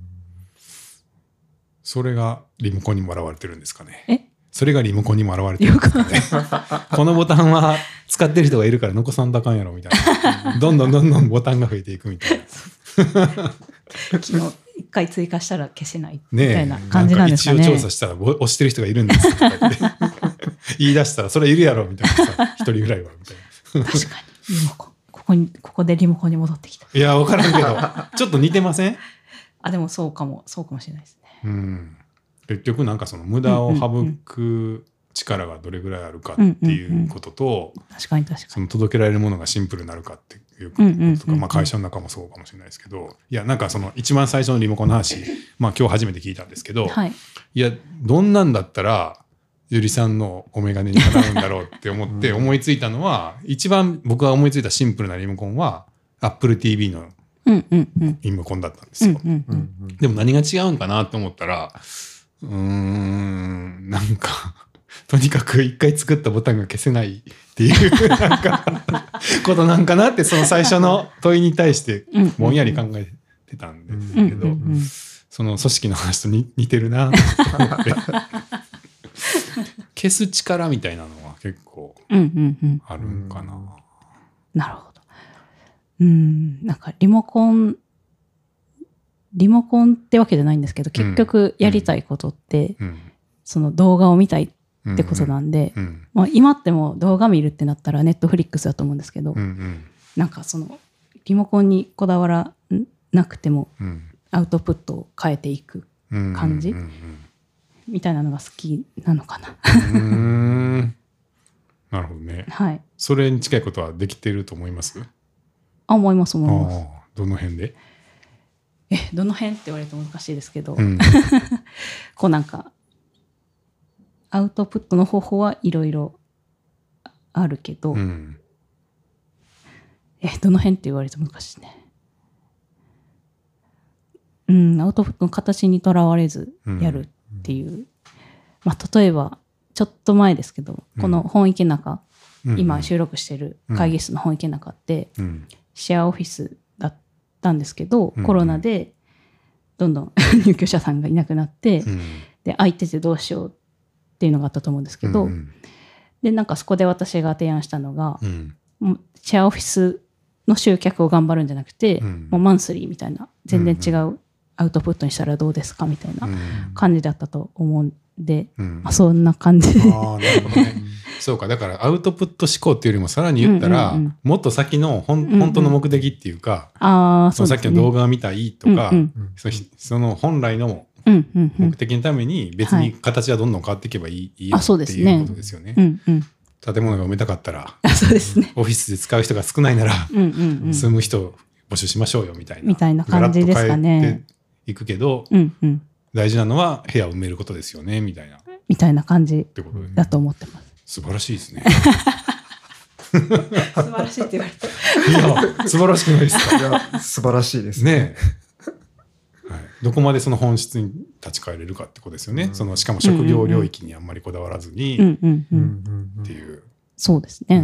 それがリモコンにも現れてるんですかね。 えそれがリモコンにも現れてるんですかね。このボタンは使ってる人がいるから残さんとあかんやろみたいな。どんどんどんどんボタンが増えていくみたいな。 昨日一回追加したら消せないみたいな感じなんですかね。 一応調査したら押してる人がいるんですよとか言って言い出したらそれいるやろみたいなさ、一人ぐらいはみたいな。 確かにリモコンここにここでリモコンに戻ってきた。 いや分からんけどちょっと似てません？ あでもそうかもそうかもしれないですね。 うん。結局なんかその無駄を省く力がどれぐらいあるかっていうことと、 確かに確かにその届けられるものがシンプルになるかっていうこととか、まあ会社の中もそうかもしれないですけど、いやなんかその一番最初のリモコンの話、まあ今日初めて聞いたんですけど、 はい、 いやどんなんだったらゆりさんのお眼鏡にかなうんだろうって思って思いついたのは、一番僕が思いついたシンプルなリモコンは Apple ティーブイ のリモコンだったんですよ。でも何が違うんかなと思ったら、うーんなんかとにかく一回作ったボタンが消せないっていうなんかことなんかなってその最初の問いに対してぼんやり考えてたんですけど、その組織の話と似てるなと思って消す力みたいなのは結構あるんかな。 なるほど。うんなんかリモコンリモコンってわけじゃないんですけど、結局やりたいことって、うん、その動画を見たいってことなんで、うんうんまあ、今っても動画見るってなったらネットフリックスだと思うんですけど、うんうん、なんかそのリモコンにこだわらなくてもアウトプットを変えていく感じ、うんうんうんうん、みたいなのが好きなのかな。 うーんなるほどね、 はい、 それに近いことはできてると思います？ あ思います思います。 どの辺で？ えどの辺って言われると難しいですけど、うん、こうなんかアウトプットの方法はいろいろあるけど、うん、えどの辺って言われると難しいね。うんアウトプットの形にとらわれずやるっていう、うん、まあ例えばちょっと前ですけど、うん、この本池中、うん、今収録してる会議室の本池中って、うん、シェアオフィスだったんですけど、うん、コロナでどんどん入居者さんがいなくなって、うん、で空いててどうしようっていうのがあったと思うんですけど、うん、でなんかそこで私が提案したのが、うん、もうシェアオフィスの集客を頑張るんじゃなくて、うん、もうマンスリーみたいな全然違うアウトプットにしたらどうですかみたいな感じだったと思うんで、うんまあ、そんな感じで。 あなるほどねそうかだからアウトプット思考っていうよりもさらに言ったら、うんうんうん、もっと先のほん、うんうん、本当の目的っていうか、あそのさっきの動画を見たいとか、うんうん、そ, その本来の目的のために別に形はどんどん変わっていけばいい、はい、いいよっていうことですよね。うんうん、建物が埋めたかったらそうですね、 オフィスで使う人が少ないならうんうん、うん、住む人募集しましょうよみたいなみたいな感じですかね。 ガラッと変えていくけど、うんうん、大事なのは部屋を埋めることですよねみたいなみたいな感じだと思ってます。 素晴らしいですね。 素晴らしいって言われていや素晴らしくないですか？ いや素晴らしいですね。はい、どこまでその本質に立ち返れるかってことですよね。うん、そのしかも職業領域にあんまりこだわらずにっていう。 そうですね、 うん。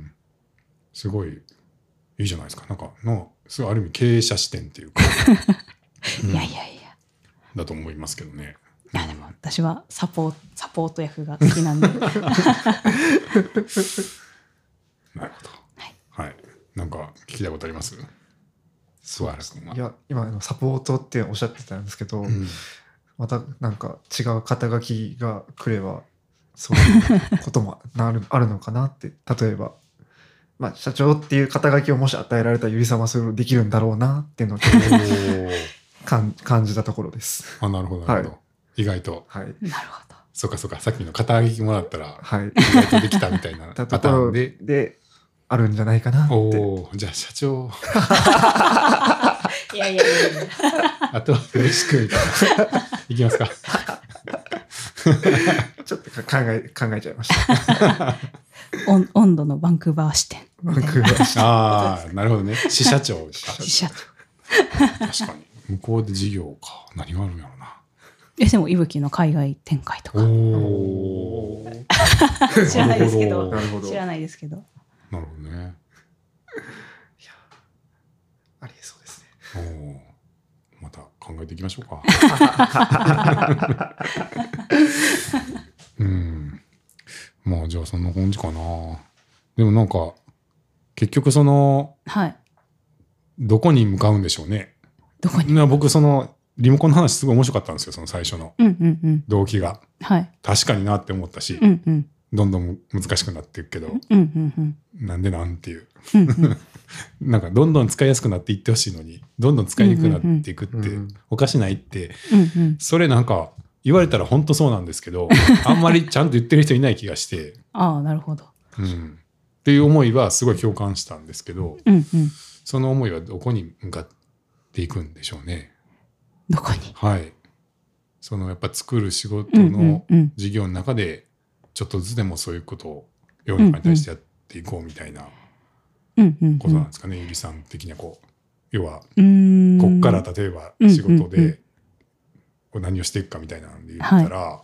すごいいいじゃないですか。なんかのすごいある意味経営者視点っていうか。 うん、いやいやいや。 だと思いますけどね。 いやでも私はサポー、サポート役が好きなんで。なるほど。 はい。はい。なんか聞きたいことあります？ そうですね。いや今サポートっておっしゃってたんですけど、うん、またなんか違う肩書きが来ればそういうこともなるあるのかなって例えば。まあ、社長っていう肩書きをもし与えられたらゆりさんはそれをできるんだろうなっていうのを感じたところです。 あなるほどなるほど、はい、意外と、 はい、なるほどそうかそうかさっきの肩書きもらったら、はい、意外とできたみたいなパターンでであるんじゃないかなって。 おじゃあ社長いやいやいやあとはよろしくみたいないきますかちょっと考え考えちゃいました温度のバンクーバー支店バンクーバー支店ああなるほどね支社長ですか支社長確かに向こうで事業か何があるんやろうなえでもいぶきの海外展開とかお知らないですけどなるほど知らないですけどなるほどねいやありえそうですねおまた考えていきましょうかうんまあじゃあそんな感じかなでもなんか結局そのはいどこに向かうんでしょうねどこに僕そのリモコンの話すごい面白かったんですよその最初の動機が、うんうんうんはい、確かになって思ったし、うんうん、どんどん難しくなっていくけど、うんうんうん、なんでなんていう、うんうん、なんかどんどん使いやすくなっていってほしいのにどんどん使いにくくなっていくっておかしないって、うんうん、それなんか言われたら本当そうなんですけどあんまりちゃんと言ってる人いない気がしてああなるほど、 うん、っていう思いはすごい共感したんですけど、うんうん、その思いはどこに向かっていくんでしょうねどこにはいそのやっぱ作る仕事の事業の中でちょっとずつでもそういうことを世の中に対してやっていこうみたいなことなんですかね、ゆりさん的にはこう要はこっから例えば仕事で何をしていくかみたいなので言ったら、はい、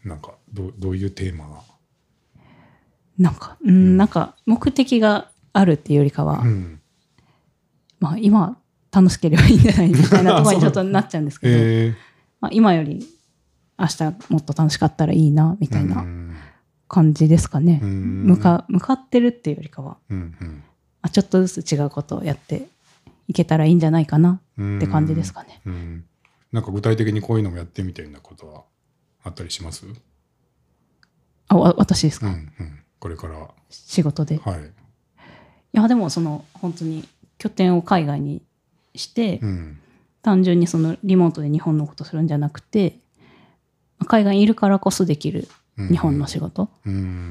なんか ど, どういうテーマがなんか、うん、なんか目的があるっていうよりかは、うん、まあ今楽しければいいんじゃないみたいなところにちょっとなっちゃうんですけど、えーまあ、今より明日もっと楽しかったらいいなみたいな感じですかね。向か、向かってるっていうよりかは、うんうん、あちょっとずつ違うことをやっていけたらいいんじゃないかなって感じですかね。 うんうん、なんか具体的にこういうのもやってみたいなことはあったりします？ あ、わ私ですか、 うんうん、これから仕事で、 はい、いやでもその本当に拠点を海外にして、うん、単純にそのリモートで日本のことするんじゃなくて海外にいるからこそできる日本の仕事、うん、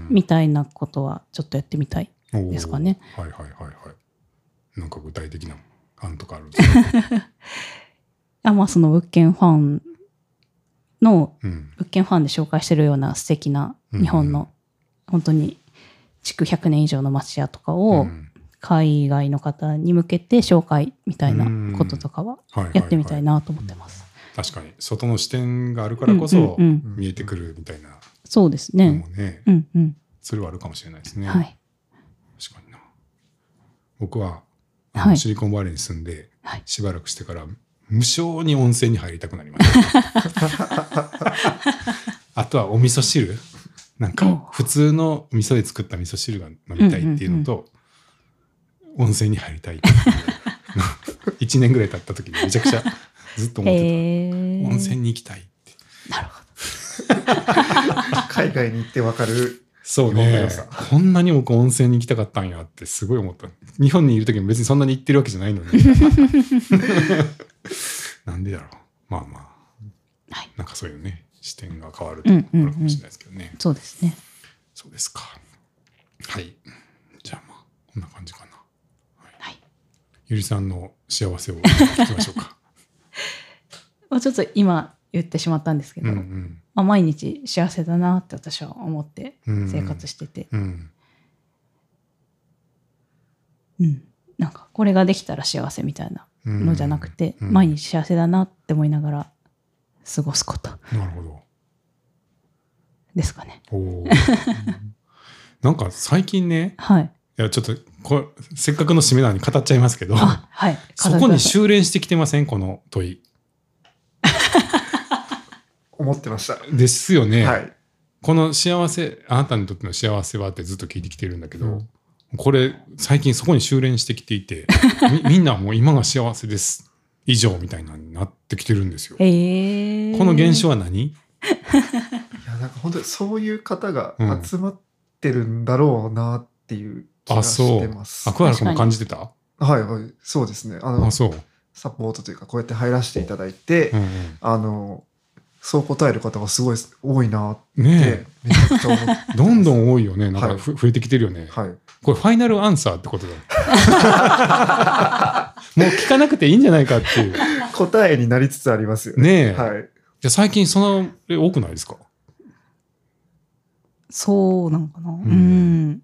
みたいなことはちょっとやってみたいですかね。 はいはいはいはい。なんか具体的な案とかあるんですか？ あまあその物件ファンの、うん、物件ファンで紹介してるような素敵な日本の、うん、本当に築ひゃくねん以上の町屋とかを、うん海外の方に向けて紹介みたいなこととかはやってみたいなと思ってます。 確かに外の視点があるからこそ見えてくるみたいな、うんうんうん、 そうですね。 ね、 うんうん、 それはあるかもしれないですね。 はい、 確かにな。僕はあの、はい、シリコンバレーに住んでしばらくしてから無性に温泉に入りたくなりました。あとはお味噌汁なんか普通の味噌で作った味噌汁が飲みたいっていうのと、うんうんうん温泉に入りたいいちねんぐらい経った時にめちゃくちゃずっと思ってた、えー、温泉に行きたいってなるほど海外に行って分かるそうねこんなに僕温泉に行きたかったんやってすごい思った日本にいる時も別にそんなに行ってるわけじゃないのになんでだろうまあまあ、はい、なんかそういうね視点が変わるところあるかもしれないですけどね、うんうんうん、 そうですねそうですかはいじゃあまあこんな感じかなゆりさんの幸せを聞きましょうかもうちょっと今言ってしまったんですけど、うんうんまあ、毎日幸せだなって私は思って生活してて、うんうんうん、なんかこれができたら幸せみたいなのじゃなくて、うんうん、毎日幸せだなって思いながら過ごすことなるほどですかねおなんか最近ね、 はい、 いやちょっとこれせっかくの締めなのに語っちゃいますけど、 はい、 そこに修練してきてませんこの問い思ってましたですよね、 はい、 この幸せあなたにとっての幸せはってずっと聞いてきてるんだけど、うん、これ最近そこに修練してきていてみ, みんなもう今が幸せです以上みたいなになってきてるんですよ、 えー、 この現象は何？ いやなんか本当にそういう方が集まってるんだろうなっていう、うん気がしてます。 あ、そう。あ、桑原君も感じてた？ はいはい、そうですね。あのあそうサポートというかこうやって入らせていただいて、うんうん、あのそう答える方がすごい多いなって、ね、めちゃくちゃ思ってどんどん多いよね。なんか、はい、増えてきてるよね。 はい。 これファイナルアンサーってことだもう聞かなくていいんじゃないかっていう答えになりつつありますよね。ねえ、 はい、 じゃ最近その多くないですか？ そうなのかな、うん、うん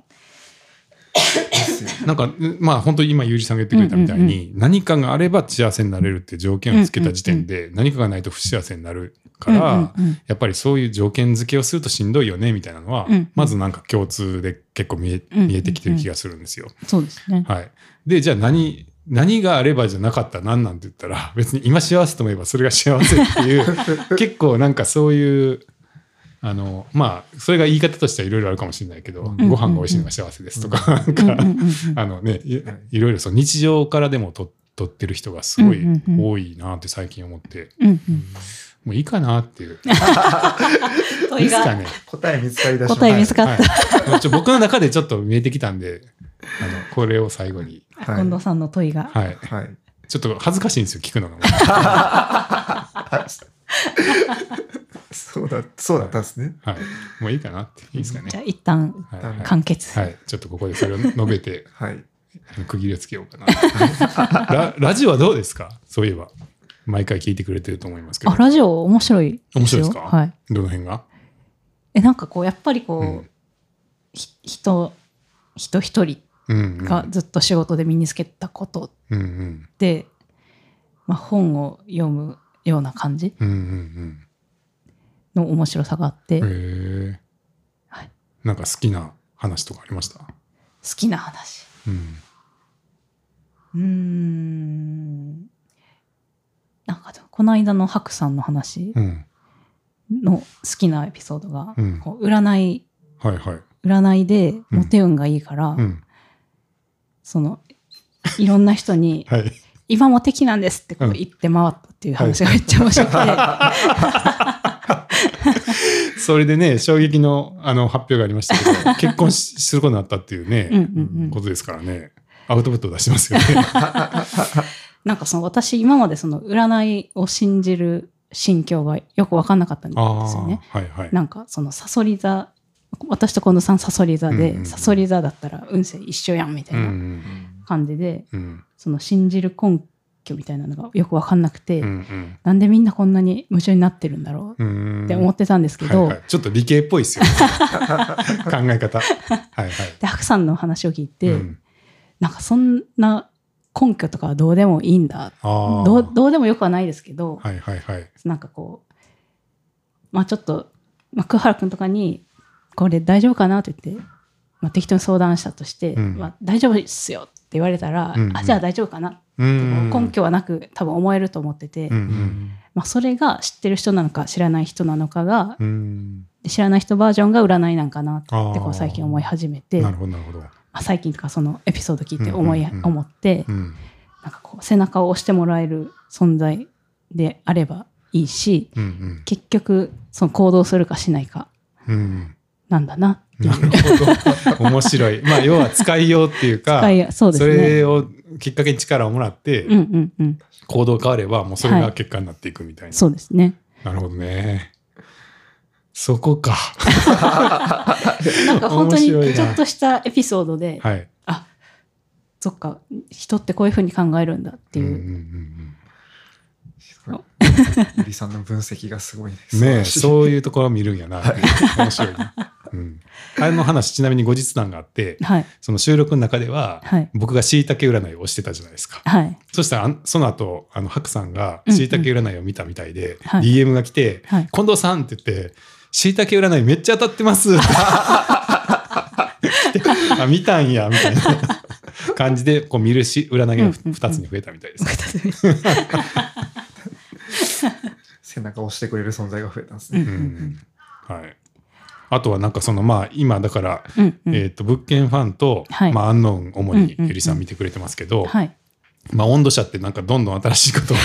なんかまあ本当に今ゆうじさんが言ってくれたみたいに、うんうんうん、何かがあれば幸せになれるっていう条件をつけた時点で、うんうんうん、何かがないと不幸せになるから、うんうんうん、やっぱりそういう条件付けをするとしんどいよねみたいなのは、うんうん、まずなんか共通で結構見え、見えてきてる気がするんですよ。 うんうんうん、そうですね。 はい。でじゃあ何何があればじゃなかったら何なんて言ったら別に今幸せと思えばそれが幸せっていう結構なんかそういうあのまあそれが言い方としてはいろいろあるかもしれないけど、うんうんうん、ご飯が美味しいのが幸せですとか、うんうんうん、なんかあのね い, いろいろそう日常からでもと取ってる人がすごい多いなって最近思って、うんうんうん、もういいかなっていう問いがかね、答え見つかりだし答え見つかった、 はいはい、ちょ僕の中でちょっと見えてきたんであのこれを最後に、 はい、近藤さんの問いが、 はいはい、ちょっと恥ずかしいんですよ聞くのがそうだそうだったんですね、 はいはい、もういいかなっていいですかね。 じゃあ一旦完結、 はいはい、ちょっとここでそれを述べて、はい、区切りをつけようかなラ, ラジオはどうですか？そういえば毎回聞いてくれてると思いますけど。 あ、ラジオ面白いですよ。 面白いですか？ はい、 どの辺が？ えなんかこうやっぱりこう、うん、人人一人がずっと仕事で身につけたことで、うんうんまあ、本を読むような感じの面白さがあって、うんうんうん、 へー、はい、なんか好きな話とかありました？好きな話、うん、うーんなんかこの間の白さんの話の好きなエピソードが、うん、こう占い、はいはい、占いでモテ運がいいから、うん、そのいろんな人に、はい、今モテ期なんですってこう言って回ったっていう話がめっちゃ面白くて、はい、 それでね衝撃 の, あの発表がありましたけど結婚することになったっていうねうんうん、うん、ことですからね。アウトプットを出しますよねなんかその私今までその占いを信じる心境がよく分かんなかったんですよね、はいはい、なんかそのサソリ座、私と近藤さんサソリ座で、うんうんうん、サソリ座だったら運勢一緒やんみたいな感じで、うんうん、その信じる根拠みたいなのがよく分かんなくて、うんうん、なんでみんなこんなに夢中になってるんだろうって思ってたんですけど、はいはい、 ちょっと理系っぽいですよね考え方はいはい。 で白さんの話を聞いて、うん、なんかそんな根拠とかはどうでもいいんだ、どう、どうでもよくはないですけど、はいはいはい、なんかこうまあちょっと、まあ、桑原くんとかにこれ大丈夫かなと言って、まあ、適当に相談したとして、うんまあ、大丈夫ですよって言われたら、うんうん、あじゃあ大丈夫かなって、うん、根拠はなく多分思えると思ってて、うんうんまあ、それが知ってる人なのか知らない人なのかが、うん、知らない人バージョンが占いなんかなってこう最近思い始めて、 なるほどなるほど、 最近とかそのエピソード聞いて思い、うんうんうん、思って、うん、なんかこう背中を押してもらえる存在であればいいし、うんうん、結局その行動するかしないかなんだなっていう、うん、なるほど面白い、まあ、要は使いようっていうか使いそうですね、 それをきっかけに力をもらって、うんうんうん、行動変わればもうそれが結果になっていくみたいな、はい、 そうですね。 なるほどね、そこかなんか本当にちょっとしたエピソードで、はい、あそっか人ってこういうふうに考えるんだっていう、うんうんうん、ゆりさんの分析がすごいですね。そういうところを見るんやなって面白いな、うん、あれの話ちなみに後日談があって、はい、その収録の中では、はい、僕がしいたけ占いをしてたじゃないですか、はい、そしたらその後あの白さんがしいたけ占いを見たみたいで、うんうん、ディーエム が来て、はい、近藤さんって言ってしいたけ占いめっちゃ当たってますあ見たんやみたいな感じでこう見るし占いがふたつに増えたみたいです、うんうんうん、 背中を押してくれる存在が増えたんですね、うんうんうん、はい。あとはなんかそのまあ今だから、うんうんえー、と物件ファンと、はいまあ、アンノーン主にゆりさん見てくれてますけど、うんうんうんはいまあ、温度差ってなんかどんどん新しいことを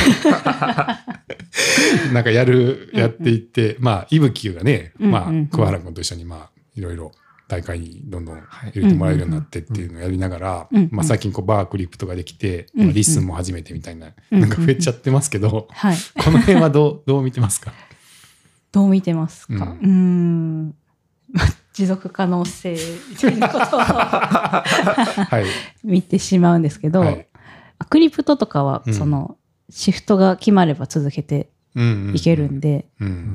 なんかやるやっていって、うんうん、まあ伊吹がね、うんうんうん、まあ桑原君と一緒にまあいろいろ大会にどんどん入れてもらえるようになってっていうのをやりながら、うんうんまあ、最近こうバークリップとかできて、うんうん、リッスンも始めてみたいな、うんうん、なんか増えちゃってますけど、うんうんはい、この辺はどうどう見てますか？ どう見てますか？うん、うーん持続可能性みたいなことを、はい、見てしまうんですけど、はい、クリプトとかはそのシフトが決まれば続けていけるんで、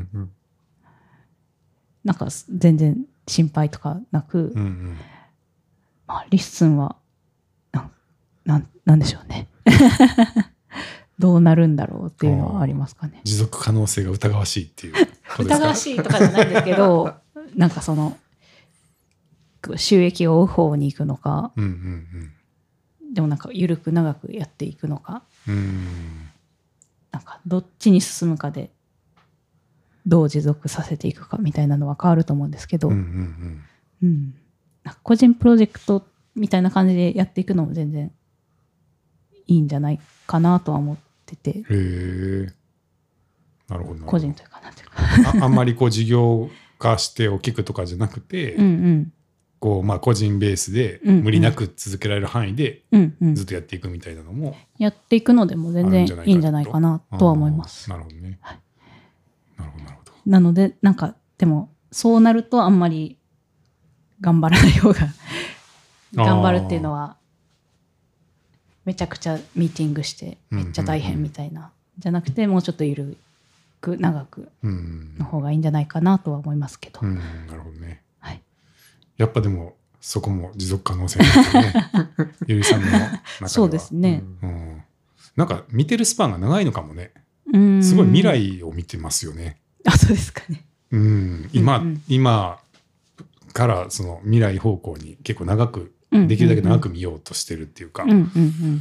なんか全然心配とかなく、うんうん、まあ、リッスンはな な, なんでしょうねどうなるんだろうっていうのはありますかね。 持続可能性が疑わしいっていうことですか？ 疑わしいとかじゃないんですけどなんかその収益を追う方に行くのか、うんうんうん、でもなんか緩く長くやっていくのか、うん、なんかどっちに進むかでどう持続させていくかみたいなのは変わると思うんですけど、うんうんうんうん、なんか個人プロジェクトみたいな感じでやっていくのも全然いいんじゃないかなとは思ってて。へー、なるほど。 個人というかなんていうか あ, あんまりこう事業化して大きくとかじゃなくてうん、うんこうまあ、個人ベースで無理なく続けられる範囲でずっとやっていくみたいなのも、うんうん、 やっていくのでも全然いいんじゃないかなとは思います。 なるほどね、はい、なるほどなるほど。 なのでなんかでもそうなるとあんまり頑張らない方が頑張るっていうのはめちゃくちゃミーティングしてめっちゃ大変みたいな、うんうんうん、じゃなくてもうちょっと緩く長くの方がいいんじゃないかなとは思いますけど、うんうん、 なるほどね、はい、やっぱでもそこも持続可能性ですねゆりさんの中では。 そうですね、 うん、なんか見てるスパンが長いのかもね。うんすごい未来を見てますよね。 あ、そうですかね。 うん今、うんうん、今からその未来方向に結構長く、うんうんうん、できるだけ長く見ようとしてるっていうか、うんうんうん、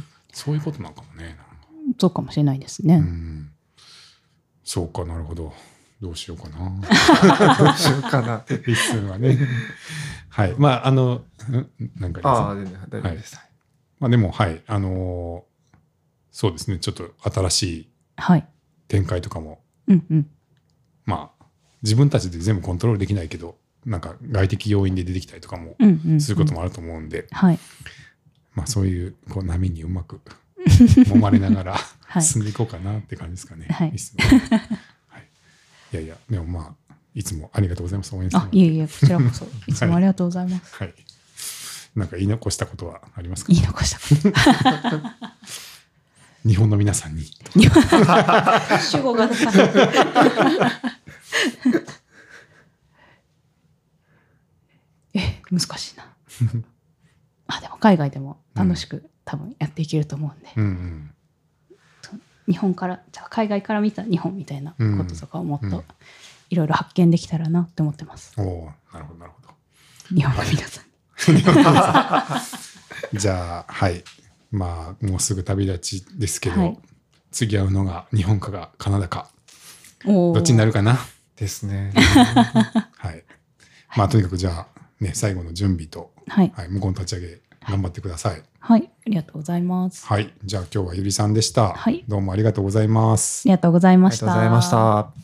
そういうことなのかもね。 そうかもしれないですね。うんそうか、なるほど。どうしようかな。 どうしようかな。 リッスンはね。はい。まあ、あの、なんかああ、大丈夫です。はい、 まあ、でも、はい。あのー、そうですね。ちょっと新しい展開とかも、はいうんうん、まあ、自分たちで全部コントロールできないけど、なんか外的要因で出てきたりとかもすることもあると思うんで、うんうんうんはい、まあ、そういうこう波にうまく揉まれながら進んでいこうかなって感じですかね。はい。はい、いやいや、でもまあ、いつもありがとうございます。応援してもらって。 あ、いえいえ、こちらこそ、いつもありがとうございます。はい。はい、 なんか言い残したことはありますか？ 言い残したこと。 日本の皆さんに。 主語が出さない。え、難しいな。あ、でも海外でも楽しく、うん、多分やっていけると思うんで。うんうん日本からじゃあ海外から見た日本みたいなこととかをもっといろいろ発見できたらなって思ってます。 うんうん、おー、なるほどなるほど。 日本の皆さんに。じゃあはいまあもうすぐ旅立ちですけど、はい、次会うのが日本かがカナダかどっちになるかなですね。 はい。まあとにかくじゃあね最後の準備と、はいはい、向こうの立ち上げ頑張ってください。 はい、ありがとうございます。 はい、じゃあ今日はゆりさんでした。はい、どうもありがとうございます。 ありがとうございました。 ありがとうございました。